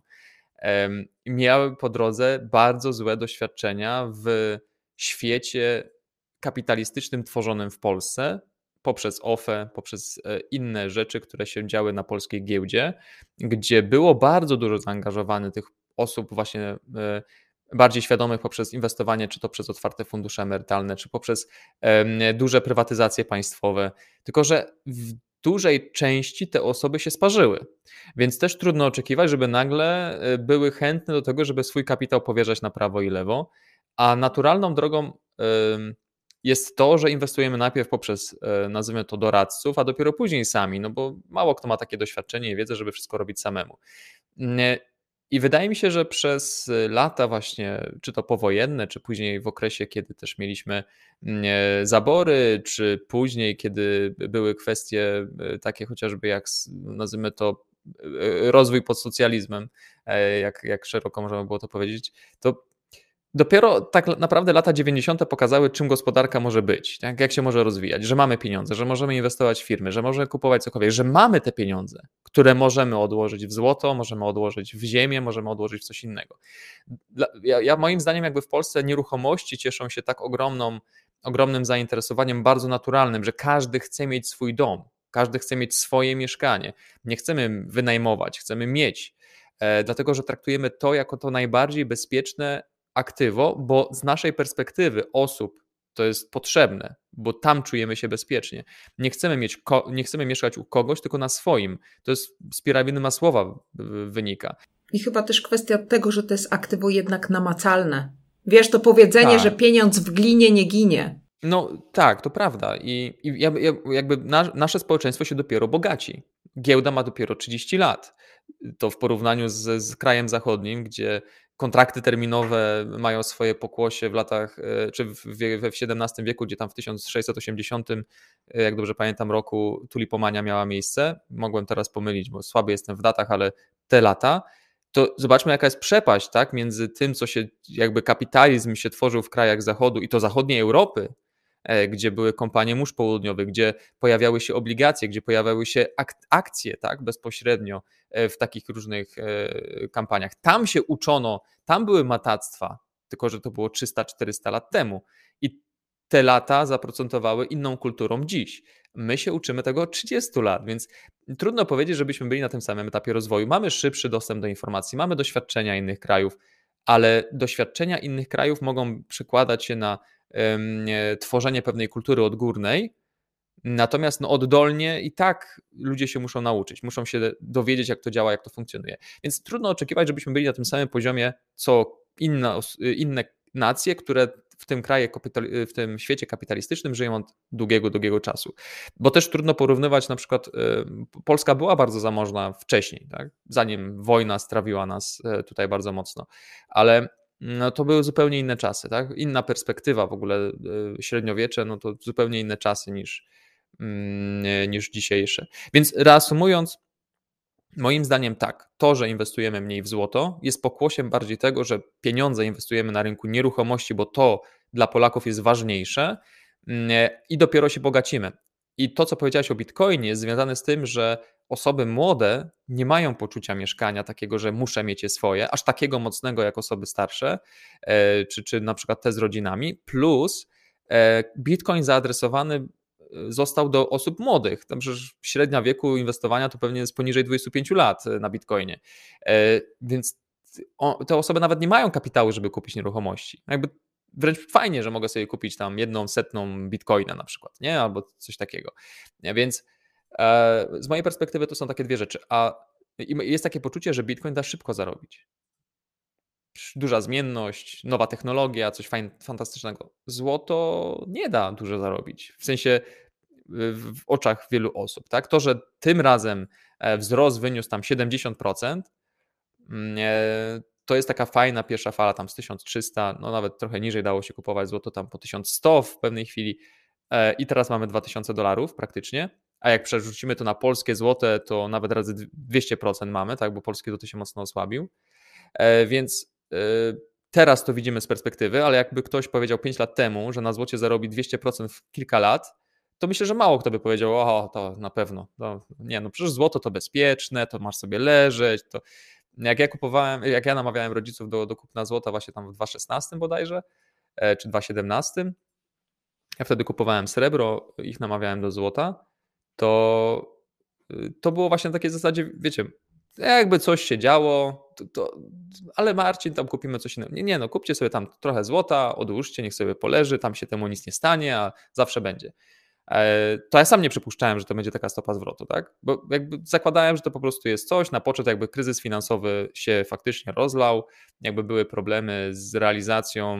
S1: Em, Miały po drodze bardzo złe doświadczenia w świecie kapitalistycznym tworzonym w Polsce poprzez O F E, poprzez e, inne rzeczy, które się działy na polskiej giełdzie, gdzie było bardzo dużo zaangażowanych tych osób właśnie e, bardziej świadomych poprzez inwestowanie, czy to przez otwarte fundusze emerytalne, czy poprzez em, duże prywatyzacje państwowe. Tylko że w dużej części te osoby się sparzyły. Więc też trudno oczekiwać, żeby nagle e, były chętne do tego, żeby swój kapitał powierzać na prawo i lewo, a naturalną drogą ym, jest to, że inwestujemy najpierw poprzez, e, nazwijmy to, doradców, a dopiero później sami, no bo mało kto ma takie doświadczenie i wiedzę, żeby wszystko robić samemu. Nie. I wydaje mi się, że przez lata właśnie, czy to powojenne, czy później w okresie, kiedy też mieliśmy nie, zabory, czy później, kiedy były kwestie e, takie chociażby jak, s- nazwijmy to, e, rozwój pod socjalizmem, e, jak, jak szeroko można by było to powiedzieć, to dopiero tak naprawdę lata dziewięćdziesiąte pokazały, czym gospodarka może być, tak? Jak się może rozwijać, że mamy pieniądze, że możemy inwestować w firmy, że możemy kupować cokolwiek, że mamy te pieniądze, które możemy odłożyć w złoto, możemy odłożyć w ziemię, możemy odłożyć w coś innego. Dla- Ja, ja moim zdaniem jakby w Polsce nieruchomości cieszą się tak ogromną, ogromnym zainteresowaniem, bardzo naturalnym, że każdy chce mieć swój dom, każdy chce mieć swoje mieszkanie. Nie chcemy wynajmować, chcemy mieć. E, dlatego, że traktujemy to jako to najbardziej bezpieczne aktywo, bo z naszej perspektywy osób to jest potrzebne, bo tam czujemy się bezpiecznie. Nie chcemy mieć, ko- nie chcemy mieszkać u kogoś, tylko na swoim. To jest z piramidy Masłowa y, wynika.
S2: I chyba też kwestia tego, że to jest aktywo jednak namacalne. Wiesz, to powiedzenie,
S1: Tak.
S2: że pieniądz w glinie nie ginie.
S1: No tak, to prawda. I, i ja- ja- jakby na, nasze społeczeństwo się dopiero bogaci. Giełda ma dopiero trzydzieści lat. To w porównaniu z, z krajem zachodnim, gdzie kontrakty terminowe mają swoje pokłosie w latach, e, czy w, wie- we w siedemnastym wieku, gdzie tam w tysiąc sześćset osiemdziesiątym, e, jak dobrze pamiętam, roku tulipomania miała miejsce. Mogłem teraz pomylić, bo słaby jestem w datach, ale te lata. To zobaczmy, jaka jest przepaść, tak, między tym, co się, jakby kapitalizm się tworzył w krajach zachodu i to zachodniej Europy, e, gdzie były kompanie mórz południowych, gdzie pojawiały się obligacje, gdzie pojawiały się ak- akcje, tak, bezpośrednio e, w takich różnych e, kampaniach. Tam się uczono, tam były matactwa, tylko że to było trzysta czterysta lat temu. I te lata zaprocentowały inną kulturą dziś. My się uczymy tego od trzydziestu lat, więc trudno powiedzieć, żebyśmy byli na tym samym etapie rozwoju. Mamy szybszy dostęp do informacji, mamy doświadczenia innych krajów, ale doświadczenia innych krajów mogą przekładać się na em, e, tworzenie pewnej kultury odgórnej. Natomiast no, oddolnie i tak ludzie się muszą nauczyć, muszą się dowiedzieć, jak to działa, jak to funkcjonuje. Więc trudno oczekiwać, żebyśmy byli na tym samym poziomie, co inne, os- inne nacje, które w tym kraju, kapitali- w tym świecie kapitalistycznym żyją od długiego, długiego czasu. Bo też trudno porównywać, na przykład y, Polska była bardzo zamożna wcześniej, tak? Zanim wojna strawiła nas y, tutaj bardzo mocno, ale no, to były zupełnie inne czasy, tak? Inna perspektywa w ogóle, y, średniowiecze, no to zupełnie inne czasy niż, mm, niż dzisiejsze. Więc reasumując, moim zdaniem tak, to, że inwestujemy mniej w złoto, jest pokłosiem bardziej tego, że pieniądze inwestujemy na rynku nieruchomości, bo to dla Polaków jest ważniejsze mm, i dopiero się bogacimy. I to, co powiedziałeś o Bitcoinie, jest związane z tym, że osoby młode nie mają poczucia mieszkania takiego, że muszę mieć je swoje, aż takiego mocnego jak osoby starsze, e, czy, czy na przykład te z rodzinami, plus e, Bitcoin zaadresowany został do osób młodych. Tam przecież średnia wieku inwestowania to pewnie jest poniżej dwudziestu pięciu lat na Bitcoinie. Więc te osoby nawet nie mają kapitału, żeby kupić nieruchomości. Jakby wręcz fajnie, że mogę sobie kupić tam jedną setną bitcoina na przykład, nie? Albo coś takiego. Więc e, z mojej perspektywy to są takie dwie rzeczy. A jest takie poczucie, że bitcoin da szybko zarobić. Duża zmienność, nowa technologia, coś fajn, fantastycznego. Złoto nie da dużo zarobić. W sensie w, w oczach wielu osób. Tak? To, że tym razem wzrost wyniósł tam siedemdziesiąt procent, to jest taka fajna pierwsza fala, tam z tysiąc trzysta, no nawet trochę niżej dało się kupować złoto tam po tysiąc sto w pewnej chwili i teraz mamy dwa tysiące dolarów praktycznie, a jak przerzucimy to na polskie złote, to nawet razy dwieście procent mamy, tak, bo polskie złoto się mocno osłabił, więc teraz to widzimy z perspektywy, ale jakby ktoś powiedział pięć lat temu, że na złocie zarobi dwieście procent w kilka lat, to myślę, że mało kto by powiedział, o to na pewno, no, nie no przecież złoto to bezpieczne, to masz sobie leżeć, to jak ja kupowałem, jak ja namawiałem rodziców do, do kupna złota właśnie tam w dwa tysiące szesnastym bodajże, czy dwa tysiące siedemnastym, ja wtedy kupowałem srebro, ich namawiałem do złota, to, to było właśnie na takiej zasadzie, wiecie, jakby coś się działo, to, to, ale Marcin, tam kupimy coś innego. Nie, nie, no kupcie sobie tam trochę złota, odłóżcie, niech sobie poleży, tam się temu nic nie stanie, a zawsze będzie. To ja sam nie przypuszczałem, że to będzie taka stopa zwrotu, tak? Bo jakby zakładałem, że to po prostu jest coś, na poczet jakby kryzys finansowy się faktycznie rozlał, jakby były problemy z realizacją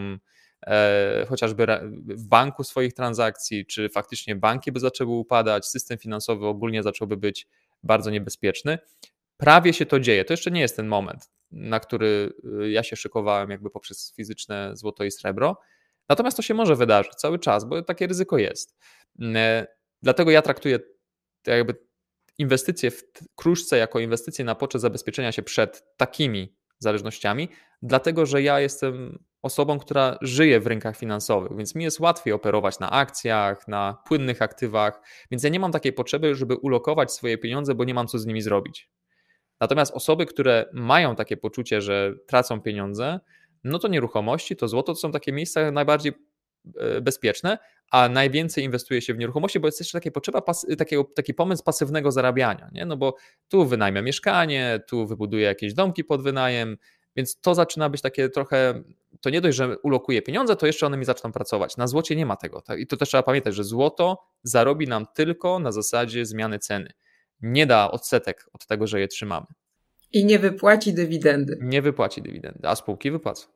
S1: e, chociażby w banku swoich transakcji, czy faktycznie banki by zaczęły upadać, system finansowy ogólnie zacząłby być bardzo niebezpieczny. Prawie się to dzieje, to jeszcze nie jest ten moment, na który ja się szykowałem jakby poprzez fizyczne złoto i srebro, natomiast to się może wydarzyć cały czas, bo takie ryzyko jest. Dlatego ja traktuję jakby inwestycje w kruszce jako inwestycje na poczet zabezpieczenia się przed takimi zależnościami, dlatego że ja jestem osobą, która żyje w rynkach finansowych, więc mi jest łatwiej operować na akcjach, na płynnych aktywach, więc ja nie mam takiej potrzeby, żeby ulokować swoje pieniądze, bo nie mam co z nimi zrobić. Natomiast osoby, które mają takie poczucie, że tracą pieniądze, no to nieruchomości, to złoto to są takie miejsca najbardziej bezpieczne, a najwięcej inwestuje się w nieruchomości, bo jest jeszcze taka potrzeba, takiego, taki pomysł pasywnego zarabiania, nie? No bo tu wynajmę mieszkanie, tu wybuduję jakieś domki pod wynajem, więc to zaczyna być takie trochę, to nie dość, że ulokuję pieniądze, to jeszcze one mi zaczną pracować. Na złocie nie ma tego. I to też trzeba pamiętać, że złoto zarobi nam tylko na zasadzie zmiany ceny. Nie da odsetek od tego, że je trzymamy.
S2: I nie wypłaci dywidendy.
S1: Nie wypłaci dywidendy, a spółki wypłacą.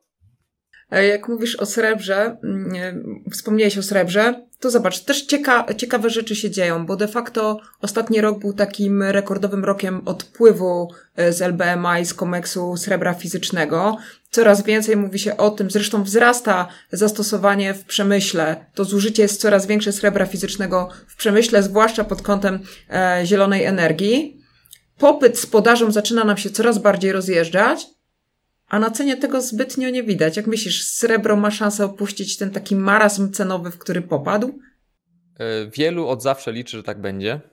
S2: Jak mówisz o srebrze, wspomniałeś o srebrze, to zobacz, też cieka- ciekawe rzeczy się dzieją, bo de facto ostatni rok był takim rekordowym rokiem odpływu z L B M I, z Comexu srebra fizycznego. Coraz więcej mówi się o tym, zresztą wzrasta zastosowanie w przemyśle. To zużycie jest coraz większe srebra fizycznego w przemyśle, zwłaszcza pod kątem e, zielonej energii. Popyt z podażą zaczyna nam się coraz bardziej rozjeżdżać, a na cenie tego zbytnio nie widać. Jak myślisz, srebro ma szansę opuścić ten taki marazm cenowy, w który popadł?
S1: Wielu od zawsze liczy, że tak będzie.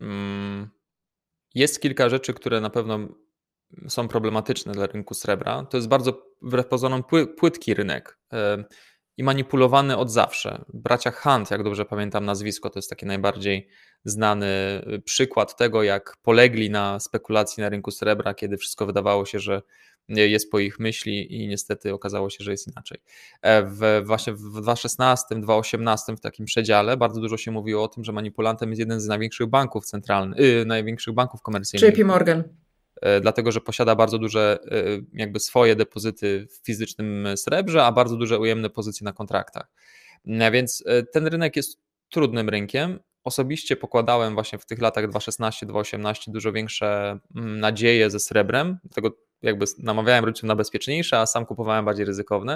S1: Jest kilka rzeczy, które na pewno są problematyczne dla rynku srebra. To jest bardzo wbrew pozorom płytki rynek i manipulowany od zawsze. Bracia Hunt, jak dobrze pamiętam nazwisko, to jest taki najbardziej znany przykład tego, jak polegli na spekulacji na rynku srebra, kiedy wszystko wydawało się, że jest po ich myśli i niestety okazało się, że jest inaczej. W, właśnie w dwa tysiące szesnastym, dwa tysiące osiemnastym w takim przedziale bardzo dużo się mówiło o tym, że manipulantem jest jeden z największych banków centralnych, yy, największych banków komercyjnych.
S2: J P Morgan.
S1: Dlatego, że posiada bardzo duże jakby swoje depozyty w fizycznym srebrze, a bardzo duże ujemne pozycje na kontraktach. Więc ten rynek jest trudnym rynkiem. Osobiście pokładałem właśnie w tych latach dwa tysiące szesnasty dwa tysiące osiemnasty dużo większe nadzieje ze srebrem, dlatego jakby namawiałem rodziców na bezpieczniejsze, a sam kupowałem bardziej ryzykowne.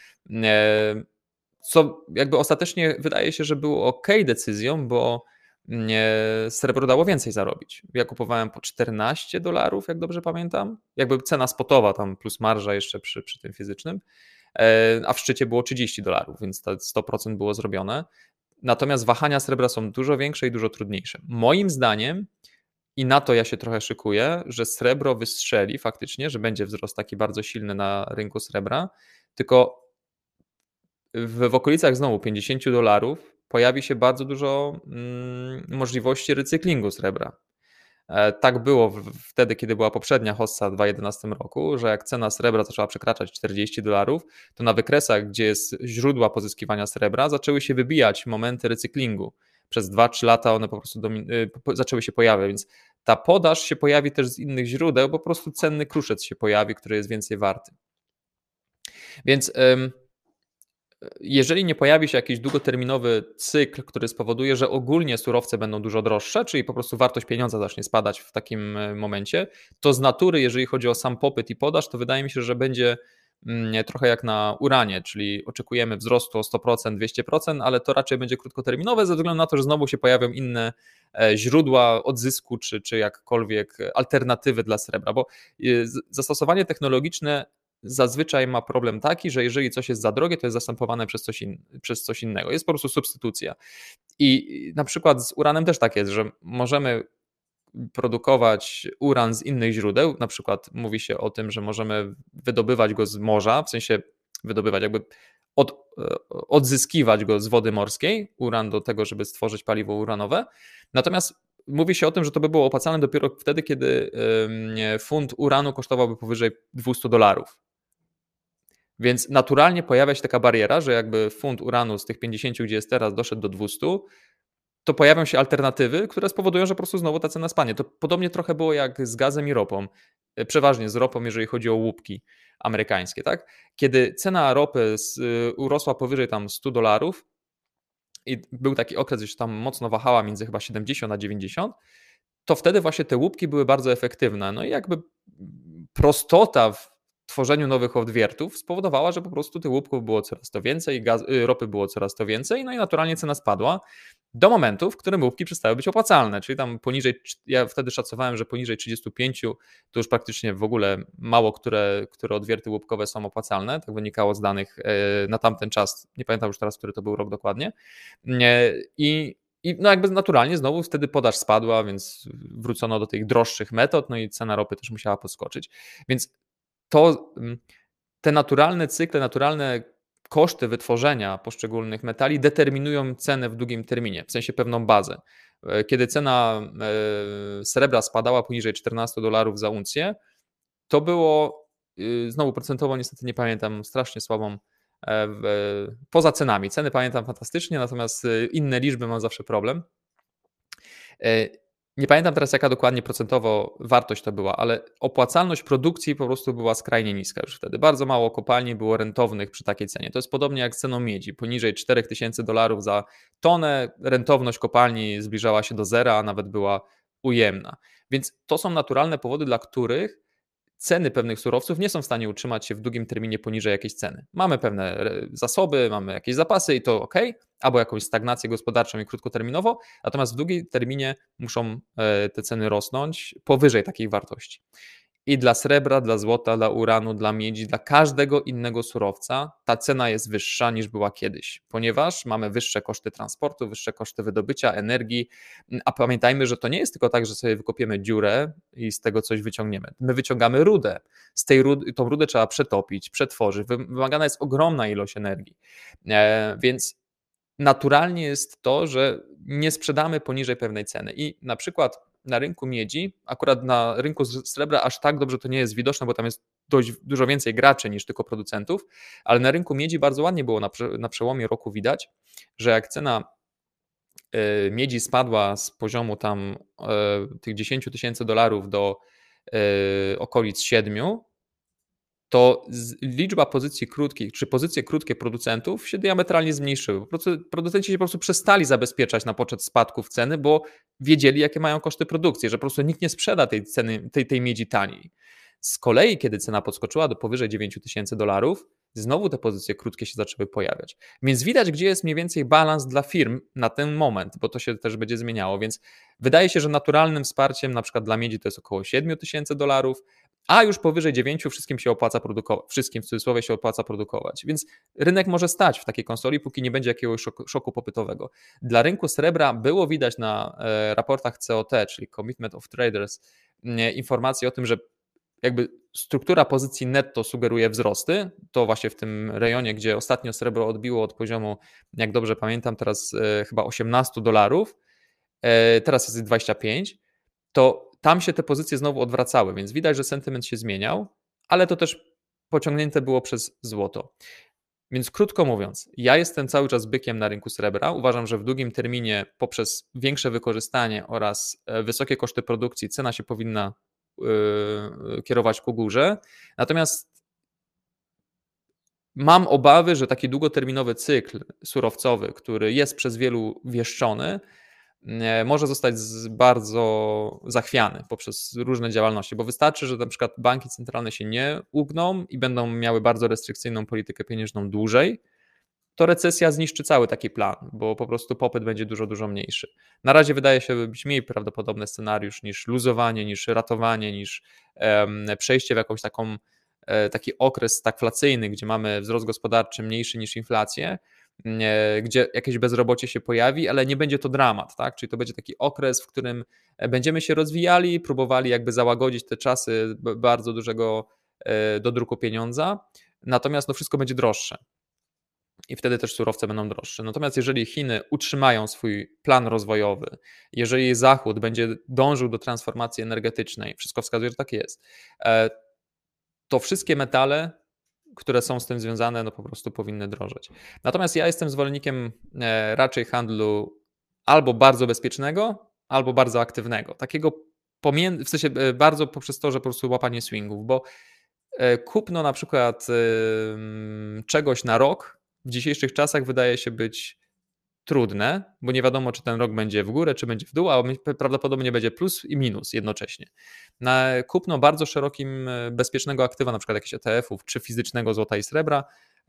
S1: Co jakby ostatecznie wydaje się, że było ok decyzją, bo srebro dało więcej zarobić. Ja kupowałem po czternaście dolarów, jak dobrze pamiętam. Jakby cena spotowa tam plus marża jeszcze przy, przy tym fizycznym, a w szczycie było trzydzieści dolarów, więc to sto procent było zrobione. Natomiast wahania srebra są dużo większe i dużo trudniejsze. Moim zdaniem, i na to ja się trochę szykuję, że srebro wystrzeli faktycznie, że będzie wzrost taki bardzo silny na rynku srebra, tylko w, w okolicach znowu pięćdziesiąt dolarów pojawi się bardzo dużo mm, możliwości recyklingu srebra. Tak było wtedy, kiedy była poprzednia hossa w dwa tysiące jedenastym roku, że jak cena srebra zaczęła przekraczać czterdzieści dolarów, to na wykresach, gdzie jest źródła pozyskiwania srebra, zaczęły się wybijać momenty recyklingu. Przez dwa trzy lata one po prostu domin- zaczęły się pojawiać, więc ta podaż się pojawi też z innych źródeł, po prostu cenny kruszec się pojawi, który jest więcej warty. Więc jeżeli nie pojawi się jakiś długoterminowy cykl, który spowoduje, że ogólnie surowce będą dużo droższe, czyli po prostu wartość pieniądza zacznie spadać w takim momencie, to z natury, jeżeli chodzi o sam popyt i podaż, to wydaje mi się, że będzie trochę jak na uranie, czyli oczekujemy wzrostu o sto procent, dwieście procent, ale to raczej będzie krótkoterminowe ze względu na to, że znowu się pojawią inne źródła odzysku, czy, czy jakkolwiek alternatywy dla srebra, bo zastosowanie technologiczne zazwyczaj ma problem taki, że jeżeli coś jest za drogie, to jest zastępowane przez coś, in, przez coś innego. Jest po prostu substytucja. I na przykład z uranem też tak jest, że możemy produkować uran z innych źródeł, na przykład mówi się o tym, że możemy wydobywać go z morza, w sensie wydobywać, jakby od, odzyskiwać go z wody morskiej, uran do tego, żeby stworzyć paliwo uranowe. Natomiast mówi się o tym, że to by było opłacalne dopiero wtedy, kiedy funt uranu kosztowałby powyżej dwieście dolarów. Więc naturalnie pojawia się taka bariera, że jakby funt uranu z tych pięćdziesięciu, gdzie jest teraz, doszedł do dwustu, to pojawią się alternatywy, które spowodują, że po prostu znowu ta cena spadnie. To podobnie trochę było jak z gazem i ropą. Przeważnie z ropą, jeżeli chodzi o łupki amerykańskie, tak? Kiedy cena ropy urosła powyżej tam stu dolarów i był taki okres, gdzie się tam mocno wahała między chyba siedemdziesiąt a dziewięćdziesiąt, to wtedy właśnie te łupki były bardzo efektywne. No i jakby prostota w tworzeniu nowych odwiertów spowodowała, że po prostu tych łupków było coraz to więcej, gaz, ropy było coraz to więcej, no i naturalnie cena spadła do momentu, w którym łupki przestały być opłacalne, czyli tam poniżej, ja wtedy szacowałem, że poniżej trzydziestu pięciu to już praktycznie w ogóle mało które, które odwierty łupkowe są opłacalne, tak wynikało z danych na tamten czas, nie pamiętam już teraz, który to był rok dokładnie. I I no jakby naturalnie znowu wtedy podaż spadła, więc wrócono do tych droższych metod, no i cena ropy też musiała podskoczyć. Więc to te naturalne cykle, naturalne koszty wytworzenia poszczególnych metali determinują cenę w długim terminie, w sensie pewną bazę. Kiedy cena srebra spadała poniżej czternastu dolarów za uncję, to było, znowu procentowo niestety nie pamiętam, strasznie słabą, poza cenami. Ceny pamiętam fantastycznie, natomiast inne liczby mam zawsze problem. Nie pamiętam teraz, jaka dokładnie procentowo wartość to była, ale opłacalność produkcji po prostu była skrajnie niska już wtedy. Bardzo mało kopalni było rentownych przy takiej cenie. To jest podobnie jak z ceną miedzi. Poniżej czterech tysięcy dolarów za tonę rentowność kopalni zbliżała się do zera, a nawet była ujemna. Więc to są naturalne powody, dla których ceny pewnych surowców nie są w stanie utrzymać się w długim terminie poniżej jakiejś ceny. Mamy pewne zasoby, mamy jakieś zapasy i to ok, albo jakąś stagnację gospodarczą i krótkoterminowo, natomiast w długim terminie muszą te ceny rosnąć powyżej takiej wartości. I dla srebra, dla złota, dla uranu, dla miedzi, dla każdego innego surowca ta cena jest wyższa niż była kiedyś, ponieważ mamy wyższe koszty transportu, wyższe koszty wydobycia energii, a pamiętajmy, że to nie jest tylko tak, że sobie wykopiemy dziurę i z tego coś wyciągniemy. My wyciągamy rudę. Z tej rudy, tą rudę trzeba przetopić, przetworzyć. Wymagana jest ogromna ilość energii. E, więc naturalnie jest to, że nie sprzedamy poniżej pewnej ceny i na przykład na rynku miedzi, akurat na rynku srebra aż tak dobrze to nie jest widoczne, bo tam jest dość dużo więcej graczy niż tylko producentów, ale na rynku miedzi bardzo ładnie było na, na przełomie roku widać, że jak cena y, miedzi spadła z poziomu tam y, tych dziesięć tysięcy dolarów do y, okolic siedmiu, to liczba pozycji krótkich, czy pozycje krótkie producentów się diametralnie zmniejszyły. Producenci się po prostu przestali zabezpieczać na poczet spadków ceny, bo wiedzieli, jakie mają koszty produkcji, że po prostu nikt nie sprzeda tej ceny, tej, tej miedzi taniej. Z kolei, kiedy cena podskoczyła do powyżej dziewięć tysięcy dolarów, znowu te pozycje krótkie się zaczęły pojawiać. Więc widać, gdzie jest mniej więcej balans dla firm na ten moment, bo to się też będzie zmieniało, więc wydaje się, że naturalnym wsparciem na przykład dla miedzi to jest około siedem tysięcy dolarów, a już powyżej dziewięciu wszystkim się opłaca produkować, wszystkim w cudzysłowie się opłaca produkować. Więc rynek może stać w takiej konsoli, póki nie będzie jakiegoś szoku, szoku popytowego. Dla rynku srebra było widać na e, raportach C O T, czyli Commitment of Traders, e, informacje o tym, że jakby struktura pozycji netto sugeruje wzrosty. To właśnie w tym rejonie, gdzie ostatnio srebro odbiło od poziomu, jak dobrze pamiętam, teraz e, chyba osiemnastu dolarów, e, teraz jest dwadzieścia pięć, to tam się te pozycje znowu odwracały, więc widać, że sentyment się zmieniał, ale to też pociągnięte było przez złoto. Więc krótko mówiąc, ja jestem cały czas bykiem na rynku srebra. Uważam, że w długim terminie poprzez większe wykorzystanie oraz wysokie koszty produkcji cena się powinna yy, kierować ku górze. Natomiast mam obawy, że taki długoterminowy cykl surowcowy, który jest przez wielu wieszczony, może zostać bardzo zachwiany poprzez różne działalności, bo wystarczy, że na przykład banki centralne się nie ugną i będą miały bardzo restrykcyjną politykę pieniężną dłużej, to recesja zniszczy cały taki plan, bo po prostu popyt będzie dużo, dużo mniejszy. Na razie wydaje się być mniej prawdopodobny scenariusz niż luzowanie, niż ratowanie, niż um, przejście w jakąś taką, taki okres stagflacyjny, gdzie mamy wzrost gospodarczy mniejszy niż inflację, gdzie jakieś bezrobocie się pojawi, ale nie będzie to dramat, tak? Czyli to będzie taki okres, w którym będziemy się rozwijali, próbowali jakby załagodzić te czasy bardzo dużego dodruku pieniądza, natomiast no wszystko będzie droższe i wtedy też surowce będą droższe. Natomiast jeżeli Chiny utrzymają swój plan rozwojowy, jeżeli Zachód będzie dążył do transformacji energetycznej, wszystko wskazuje, że tak jest, to wszystkie metale, które są z tym związane, no po prostu powinny drożeć. Natomiast ja jestem zwolennikiem raczej handlu albo bardzo bezpiecznego, albo bardzo aktywnego. Takiego pomiędzy, w sensie bardzo poprzez to, że po prostu łapanie swingów, bo kupno na przykład czegoś na rok w dzisiejszych czasach wydaje się być trudne, bo nie wiadomo, czy ten rok będzie w górę, czy będzie w dół, a prawdopodobnie będzie plus i minus jednocześnie. Na kupno bardzo szerokim, bezpiecznego aktywa, na przykład jakichś E T F-ów, czy fizycznego złota i srebra,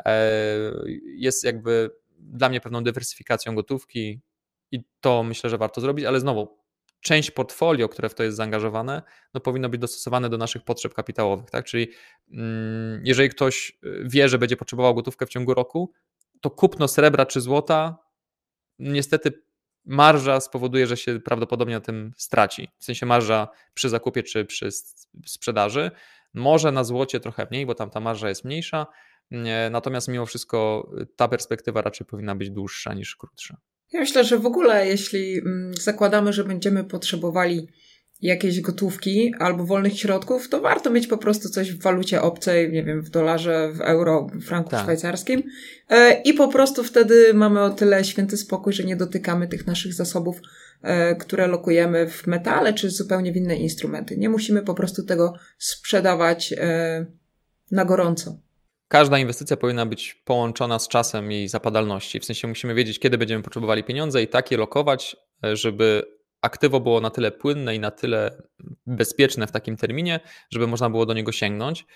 S1: jest jakby dla mnie pewną dywersyfikacją gotówki i to myślę, że warto zrobić, ale znowu część portfolio, które w to jest zaangażowane, no powinno być dostosowane do naszych potrzeb kapitałowych, tak? Czyli jeżeli ktoś wie, że będzie potrzebował gotówkę w ciągu roku, to kupno srebra czy złota niestety marża spowoduje, że się prawdopodobnie na tym straci. W sensie marża przy zakupie czy przy sprzedaży. Może na złocie trochę mniej, bo tam ta marża jest mniejsza, natomiast mimo wszystko ta perspektywa raczej powinna być dłuższa niż krótsza.
S2: Ja myślę, że w ogóle jeśli zakładamy, że będziemy potrzebowali jakiejś gotówki albo wolnych środków, to warto mieć po prostu coś w walucie obcej, nie wiem, w dolarze, w euro, w franku tak. szwajcarskim i po prostu wtedy mamy o tyle święty spokój, że nie dotykamy tych naszych zasobów, które lokujemy w metale czy zupełnie w inne instrumenty. Nie musimy po prostu tego sprzedawać na gorąco.
S1: Każda inwestycja powinna być połączona z czasem jej zapadalności. W sensie musimy wiedzieć, kiedy będziemy potrzebowali pieniądze i tak je lokować, żeby aktywo było na tyle płynne i na tyle bezpieczne w takim terminie, żeby można było do niego sięgnąć.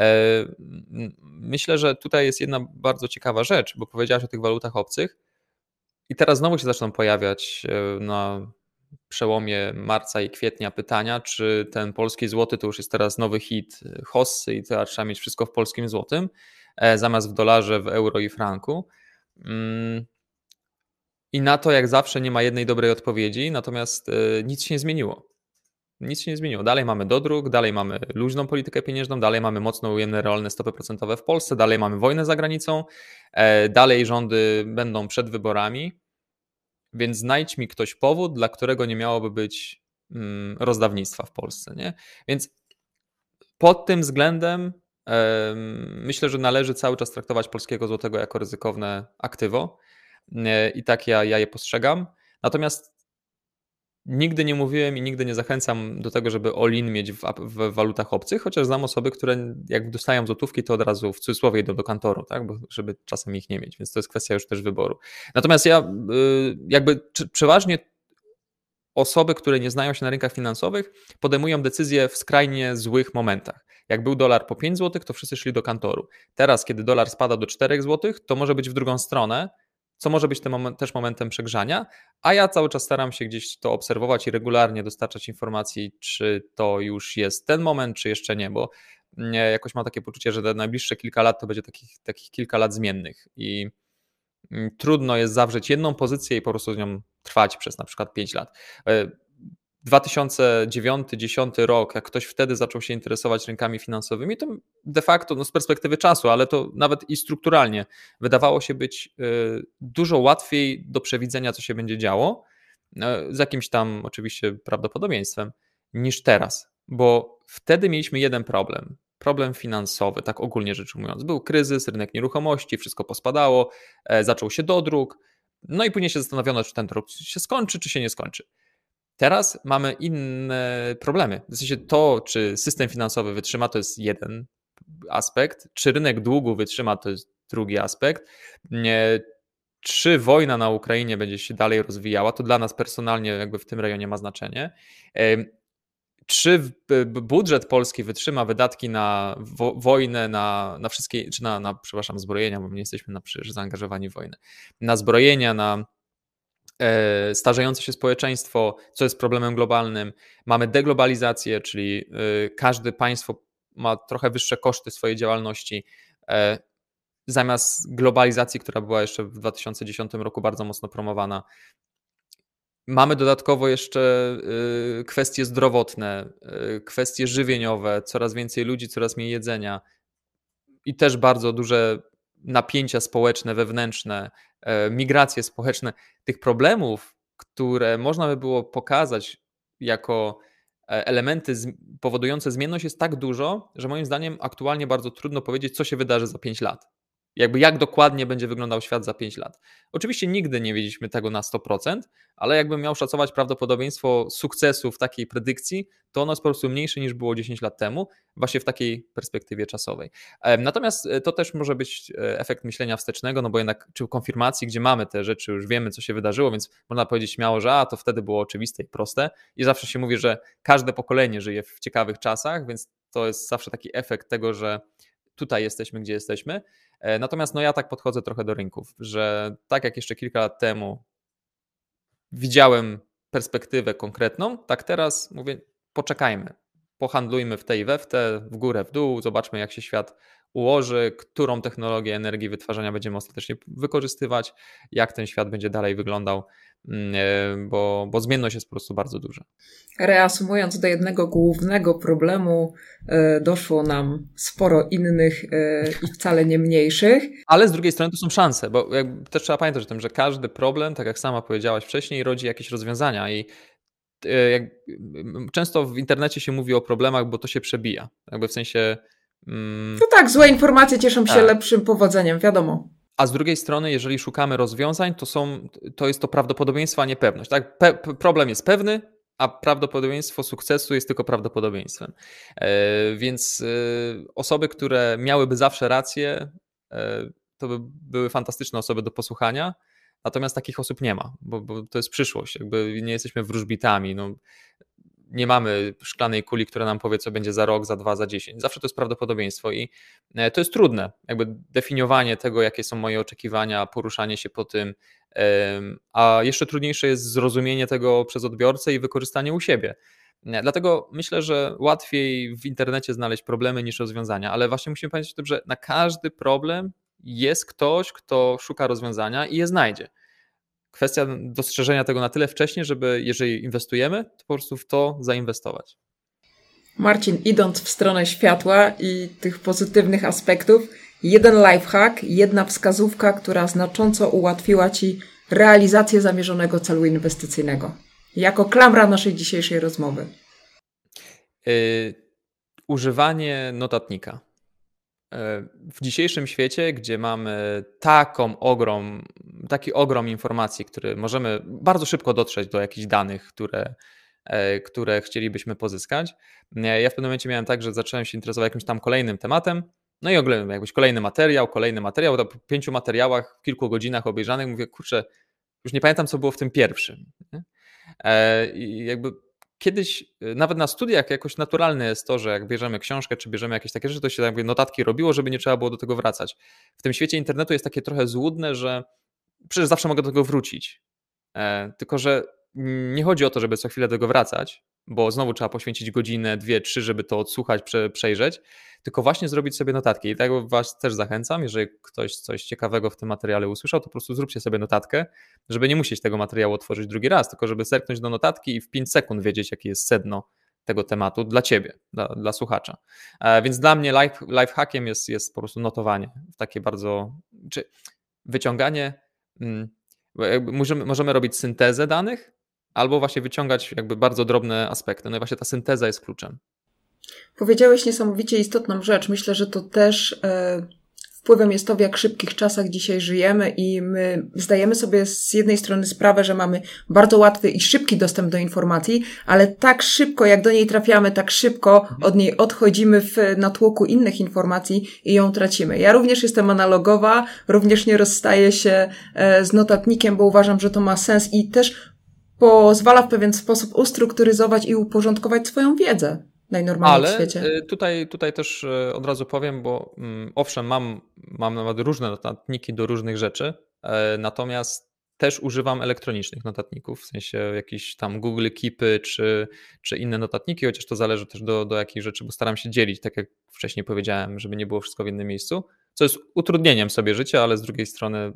S1: Myślę, że tutaj jest jedna bardzo ciekawa rzecz, bo powiedziałaś o tych walutach obcych i teraz znowu się zaczną pojawiać na przełomie marca i kwietnia pytania, czy ten polski złoty to już jest teraz nowy hit hossy i teraz trzeba mieć wszystko w polskim złotym, zamiast w dolarze, w euro i franku. I na to jak zawsze nie ma jednej dobrej odpowiedzi, natomiast nic się nie zmieniło. Nic się nie zmieniło. Dalej mamy dodruk, dalej mamy luźną politykę pieniężną, dalej mamy mocno ujemne realne stopy procentowe w Polsce, dalej mamy wojnę za granicą, dalej rządy będą przed wyborami, więc znajdź mi ktoś powód, dla którego nie miałoby być rozdawnictwa w Polsce. Nie? Więc pod tym względem myślę, że należy cały czas traktować polskiego złotego jako ryzykowne aktywo. I tak ja, ja je postrzegam. Natomiast nigdy nie mówiłem i nigdy nie zachęcam do tego, żeby all-in mieć w, w walutach obcych, chociaż znam osoby, które jak dostają złotówki, to od razu w cudzysłowie idą do kantoru, tak? Bo żeby czasem ich nie mieć, więc to jest kwestia już też wyboru. Natomiast ja jakby przeważnie osoby, które nie znają się na rynkach finansowych, podejmują decyzje w skrajnie złych momentach. Jak był dolar po pięć złotych, to wszyscy szli do kantoru. Teraz, kiedy dolar spada do czterech złotych, to może być w drugą stronę, co może być tym moment, też momentem przegrzania, a ja cały czas staram się gdzieś to obserwować i regularnie dostarczać informacji, czy to już jest ten moment, czy jeszcze nie, bo jakoś mam takie poczucie, że najbliższe kilka lat to będzie takich, takich kilka lat zmiennych i trudno jest zawrzeć jedną pozycję i po prostu z nią trwać przez na przykład pięć lat. dwa tysiące dziewiąty do dwa tysiące dziesiątego rok, jak ktoś wtedy zaczął się interesować rynkami finansowymi, to de facto no z perspektywy czasu, ale to nawet i strukturalnie wydawało się być dużo łatwiej do przewidzenia, co się będzie działo, z jakimś tam oczywiście prawdopodobieństwem, niż teraz, bo wtedy mieliśmy jeden problem. Problem finansowy, tak ogólnie rzecz ujmując. Był kryzys, rynek nieruchomości, wszystko pospadało, e, zaczął się dodruk, no i później się zastanowiono, czy ten dodruk się skończy, czy się nie skończy. Teraz mamy inne problemy. W sensie to, czy system finansowy wytrzyma, to jest jeden aspekt, czy rynek długu wytrzyma, to jest drugi aspekt. Nie, czy wojna na Ukrainie będzie się dalej rozwijała, to dla nas personalnie jakby w tym rejonie ma znaczenie. Czy budżet polski wytrzyma wydatki na wo- wojnę, na, na wszystkie, czy na, na, przepraszam, zbrojenia, bo my nie jesteśmy na przecież zaangażowani w wojnę, na zbrojenia, na e, starzejące się społeczeństwo, co jest problemem globalnym. Mamy deglobalizację, czyli e, każde państwo ma trochę wyższe koszty swojej działalności. E, zamiast globalizacji, która była jeszcze w dwa tysiące dziesiątym roku bardzo mocno promowana, mamy dodatkowo jeszcze kwestie zdrowotne, kwestie żywieniowe, coraz więcej ludzi, coraz mniej jedzenia i też bardzo duże napięcia społeczne, wewnętrzne, migracje społeczne. Tych problemów, które można by było pokazać jako elementy powodujące zmienność, jest tak dużo, że moim zdaniem aktualnie bardzo trudno powiedzieć, co się wydarzy za pięć lat. Jakby jak dokładnie będzie wyglądał świat za pięć lat. Oczywiście nigdy nie wiedzieliśmy tego na sto procent, ale jakbym miał szacować prawdopodobieństwo sukcesu w takiej predykcji, to ono jest po prostu mniejsze niż było dziesięć lat temu, właśnie w takiej perspektywie czasowej. Natomiast to też może być efekt myślenia wstecznego, no bo jednak czy konfirmacji, gdzie mamy te rzeczy, już wiemy, co się wydarzyło, więc można powiedzieć śmiało, że a, to wtedy było oczywiste i proste. I zawsze się mówi, że każde pokolenie żyje w ciekawych czasach, więc to jest zawsze taki efekt tego, że tutaj jesteśmy, gdzie jesteśmy. Natomiast no ja tak podchodzę trochę do rynków, że tak jak jeszcze kilka lat temu widziałem perspektywę konkretną, tak teraz mówię, poczekajmy, pohandlujmy w tej i we w te, w górę, w dół, zobaczmy jak się świat ułoży, którą technologię energii wytwarzania będziemy ostatecznie wykorzystywać, jak ten świat będzie dalej wyglądał, bo, bo zmienność jest po prostu bardzo duża.
S2: Reasumując, do jednego głównego problemu e, doszło nam sporo innych e, i wcale nie mniejszych.
S1: Ale z drugiej strony to są szanse, bo też trzeba pamiętać o tym, że każdy problem, tak jak sama powiedziałaś wcześniej, rodzi jakieś rozwiązania i jak, często w internecie się mówi o problemach, bo to się przebija. Jakby w sensie...
S2: Mm, no tak, złe informacje cieszą się tak. lepszym powodzeniem, wiadomo.
S1: A z drugiej strony, jeżeli szukamy rozwiązań, to, są, to jest to prawdopodobieństwo, a nie pewność. Tak? Pe- problem jest pewny, a prawdopodobieństwo sukcesu jest tylko prawdopodobieństwem. E, więc e, osoby, które miałyby zawsze rację, e, to by były fantastyczne osoby do posłuchania, natomiast takich osób nie ma, bo, bo to jest przyszłość. Jakby nie jesteśmy wróżbitami. No, nie mamy szklanej kuli, która nam powie, co będzie za rok, za dwa, za dziesięć. Zawsze to jest prawdopodobieństwo i to jest trudne. Jakby definiowanie tego, jakie są moje oczekiwania, poruszanie się po tym, a jeszcze trudniejsze jest zrozumienie tego przez odbiorcę i wykorzystanie u siebie. Dlatego myślę, że łatwiej w internecie znaleźć problemy niż rozwiązania, ale właśnie musimy pamiętać o tym, że na każdy problem jest ktoś, kto szuka rozwiązania i je znajdzie. Kwestia dostrzeżenia tego na tyle wcześnie, żeby jeżeli inwestujemy, to po prostu w to zainwestować.
S2: Marcin, idąc w stronę światła i tych pozytywnych aspektów, jeden lifehack, jedna wskazówka, która znacząco ułatwiła Ci realizację zamierzonego celu inwestycyjnego. Jako klamra naszej dzisiejszej rozmowy.
S1: Yy, używanie notatnika. W dzisiejszym świecie, gdzie mamy taką ogrom, taki ogrom informacji, który możemy bardzo szybko dotrzeć do jakichś danych, które, które chcielibyśmy pozyskać. Ja w pewnym momencie miałem tak, że zacząłem się interesować jakimś tam kolejnym tematem, no i oglądam jakbyś kolejny materiał, kolejny materiał, po pięciu materiałach, w kilku godzinach obejrzanych mówię, kurczę, już nie pamiętam, co było w tym pierwszym. I jakby kiedyś nawet na studiach jakoś naturalne jest to, że jak bierzemy książkę, czy bierzemy jakieś takie rzeczy, to się jakby notatki robiło, żeby nie trzeba było do tego wracać. W tym świecie internetu jest takie trochę złudne, że przecież zawsze mogę do tego wrócić. E, tylko, że nie chodzi o to, żeby co chwilę do tego wracać, bo znowu trzeba poświęcić godzinę, dwie, trzy, żeby to odsłuchać, prze, przejrzeć, tylko właśnie zrobić sobie notatki. I tak was też zachęcam, jeżeli ktoś coś ciekawego w tym materiale usłyszał, to po prostu zróbcie sobie notatkę, żeby nie musieć tego materiału otworzyć drugi raz, tylko żeby zerknąć do notatki i w pięć sekund wiedzieć, jakie jest sedno tego tematu dla ciebie, dla, dla słuchacza. E, więc dla mnie life, lifehackiem jest, jest po prostu notowanie, takie bardzo, czy wyciąganie, mm, możemy, możemy robić syntezę danych, albo właśnie wyciągać jakby bardzo drobne aspekty. No i właśnie ta synteza jest kluczem.
S2: Powiedziałeś niesamowicie istotną rzecz. Myślę, że to też e, wpływem jest to, w jak szybkich czasach dzisiaj żyjemy i my zdajemy sobie z jednej strony sprawę, że mamy bardzo łatwy i szybki dostęp do informacji, ale tak szybko, jak do niej trafiamy, tak szybko od niej odchodzimy w natłoku innych informacji i ją tracimy. Ja również jestem analogowa, również nie rozstaję się e, z notatnikiem, bo uważam, że to ma sens i też pozwala w pewien sposób ustrukturyzować i uporządkować swoją wiedzę. Najnormalniej w świecie.
S1: Ale tutaj, tutaj też od razu powiem, bo owszem, mam, mam nawet różne notatniki do różnych rzeczy, natomiast też używam elektronicznych notatników, w sensie jakieś tam Google Keepy czy, czy inne notatniki, chociaż to zależy też do, do jakich rzeczy, bo staram się dzielić, tak jak wcześniej powiedziałem, żeby nie było wszystko w jednym miejscu, co jest utrudnieniem sobie życia, ale z drugiej strony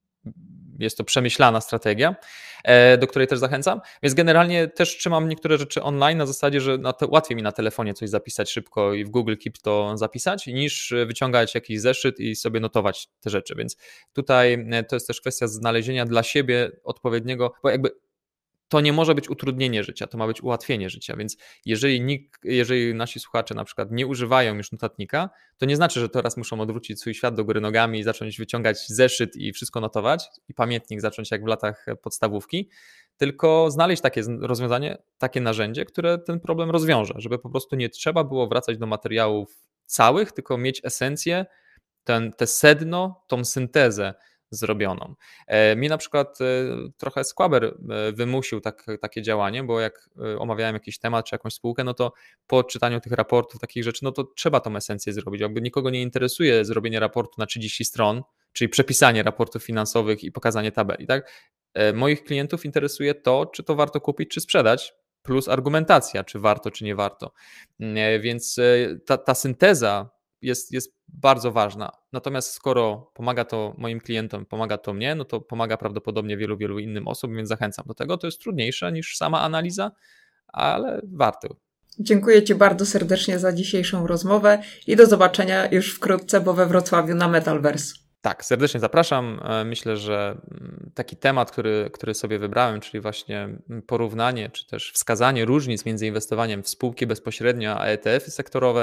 S1: jest to przemyślana strategia, do której też zachęcam. Więc generalnie też trzymam niektóre rzeczy online na zasadzie, że na to łatwiej mi na telefonie coś zapisać szybko i w Google Keep to zapisać, niż wyciągać jakiś zeszyt i sobie notować te rzeczy. Więc tutaj to jest też kwestia znalezienia dla siebie odpowiedniego, bo jakby to nie może być utrudnienie życia, to ma być ułatwienie życia, więc jeżeli nikt, jeżeli nasi słuchacze na przykład nie używają już notatnika, to nie znaczy, że teraz muszą odwrócić swój świat do góry nogami i zacząć wyciągać zeszyt i wszystko notować i pamiętnik zacząć jak w latach podstawówki, tylko znaleźć takie rozwiązanie, takie narzędzie, które ten problem rozwiąże, żeby po prostu nie trzeba było wracać do materiałów całych, tylko mieć esencję, ten, te sedno, tą syntezę zrobioną. Mi na przykład trochę Squabber wymusił tak, takie działanie, bo jak omawiałem jakiś temat czy jakąś spółkę, no to po czytaniu tych raportów, takich rzeczy, no to trzeba tą esencję zrobić. Jakby nikogo nie interesuje zrobienie raportu na trzydzieści stron, czyli przepisanie raportów finansowych i pokazanie tabeli. Tak? Moich klientów interesuje to, czy to warto kupić, czy sprzedać, plus argumentacja, czy warto, czy nie warto. Więc ta, ta synteza Jest, jest bardzo ważna. Natomiast skoro pomaga to moim klientom, pomaga to mnie, no to pomaga prawdopodobnie wielu, wielu innym osobom, więc zachęcam do tego. To jest trudniejsze niż sama analiza, ale warto.
S2: Dziękuję Ci bardzo serdecznie za dzisiejszą rozmowę i do zobaczenia już wkrótce, bo we Wrocławiu na Metalverse.
S1: Tak, serdecznie zapraszam. Myślę, że taki temat, który, który sobie wybrałem, czyli właśnie porównanie, czy też wskazanie różnic między inwestowaniem w spółki bezpośrednio a E T F-y sektorowe,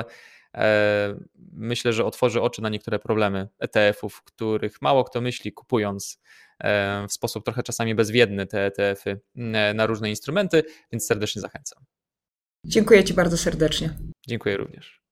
S1: myślę, że otworzy oczy na niektóre problemy E T F-ów, których mało kto myśli, kupując w sposób trochę czasami bezwiedny te E T F-y na różne instrumenty, więc serdecznie zachęcam.
S2: Dziękuję Ci bardzo serdecznie.
S1: Dziękuję również.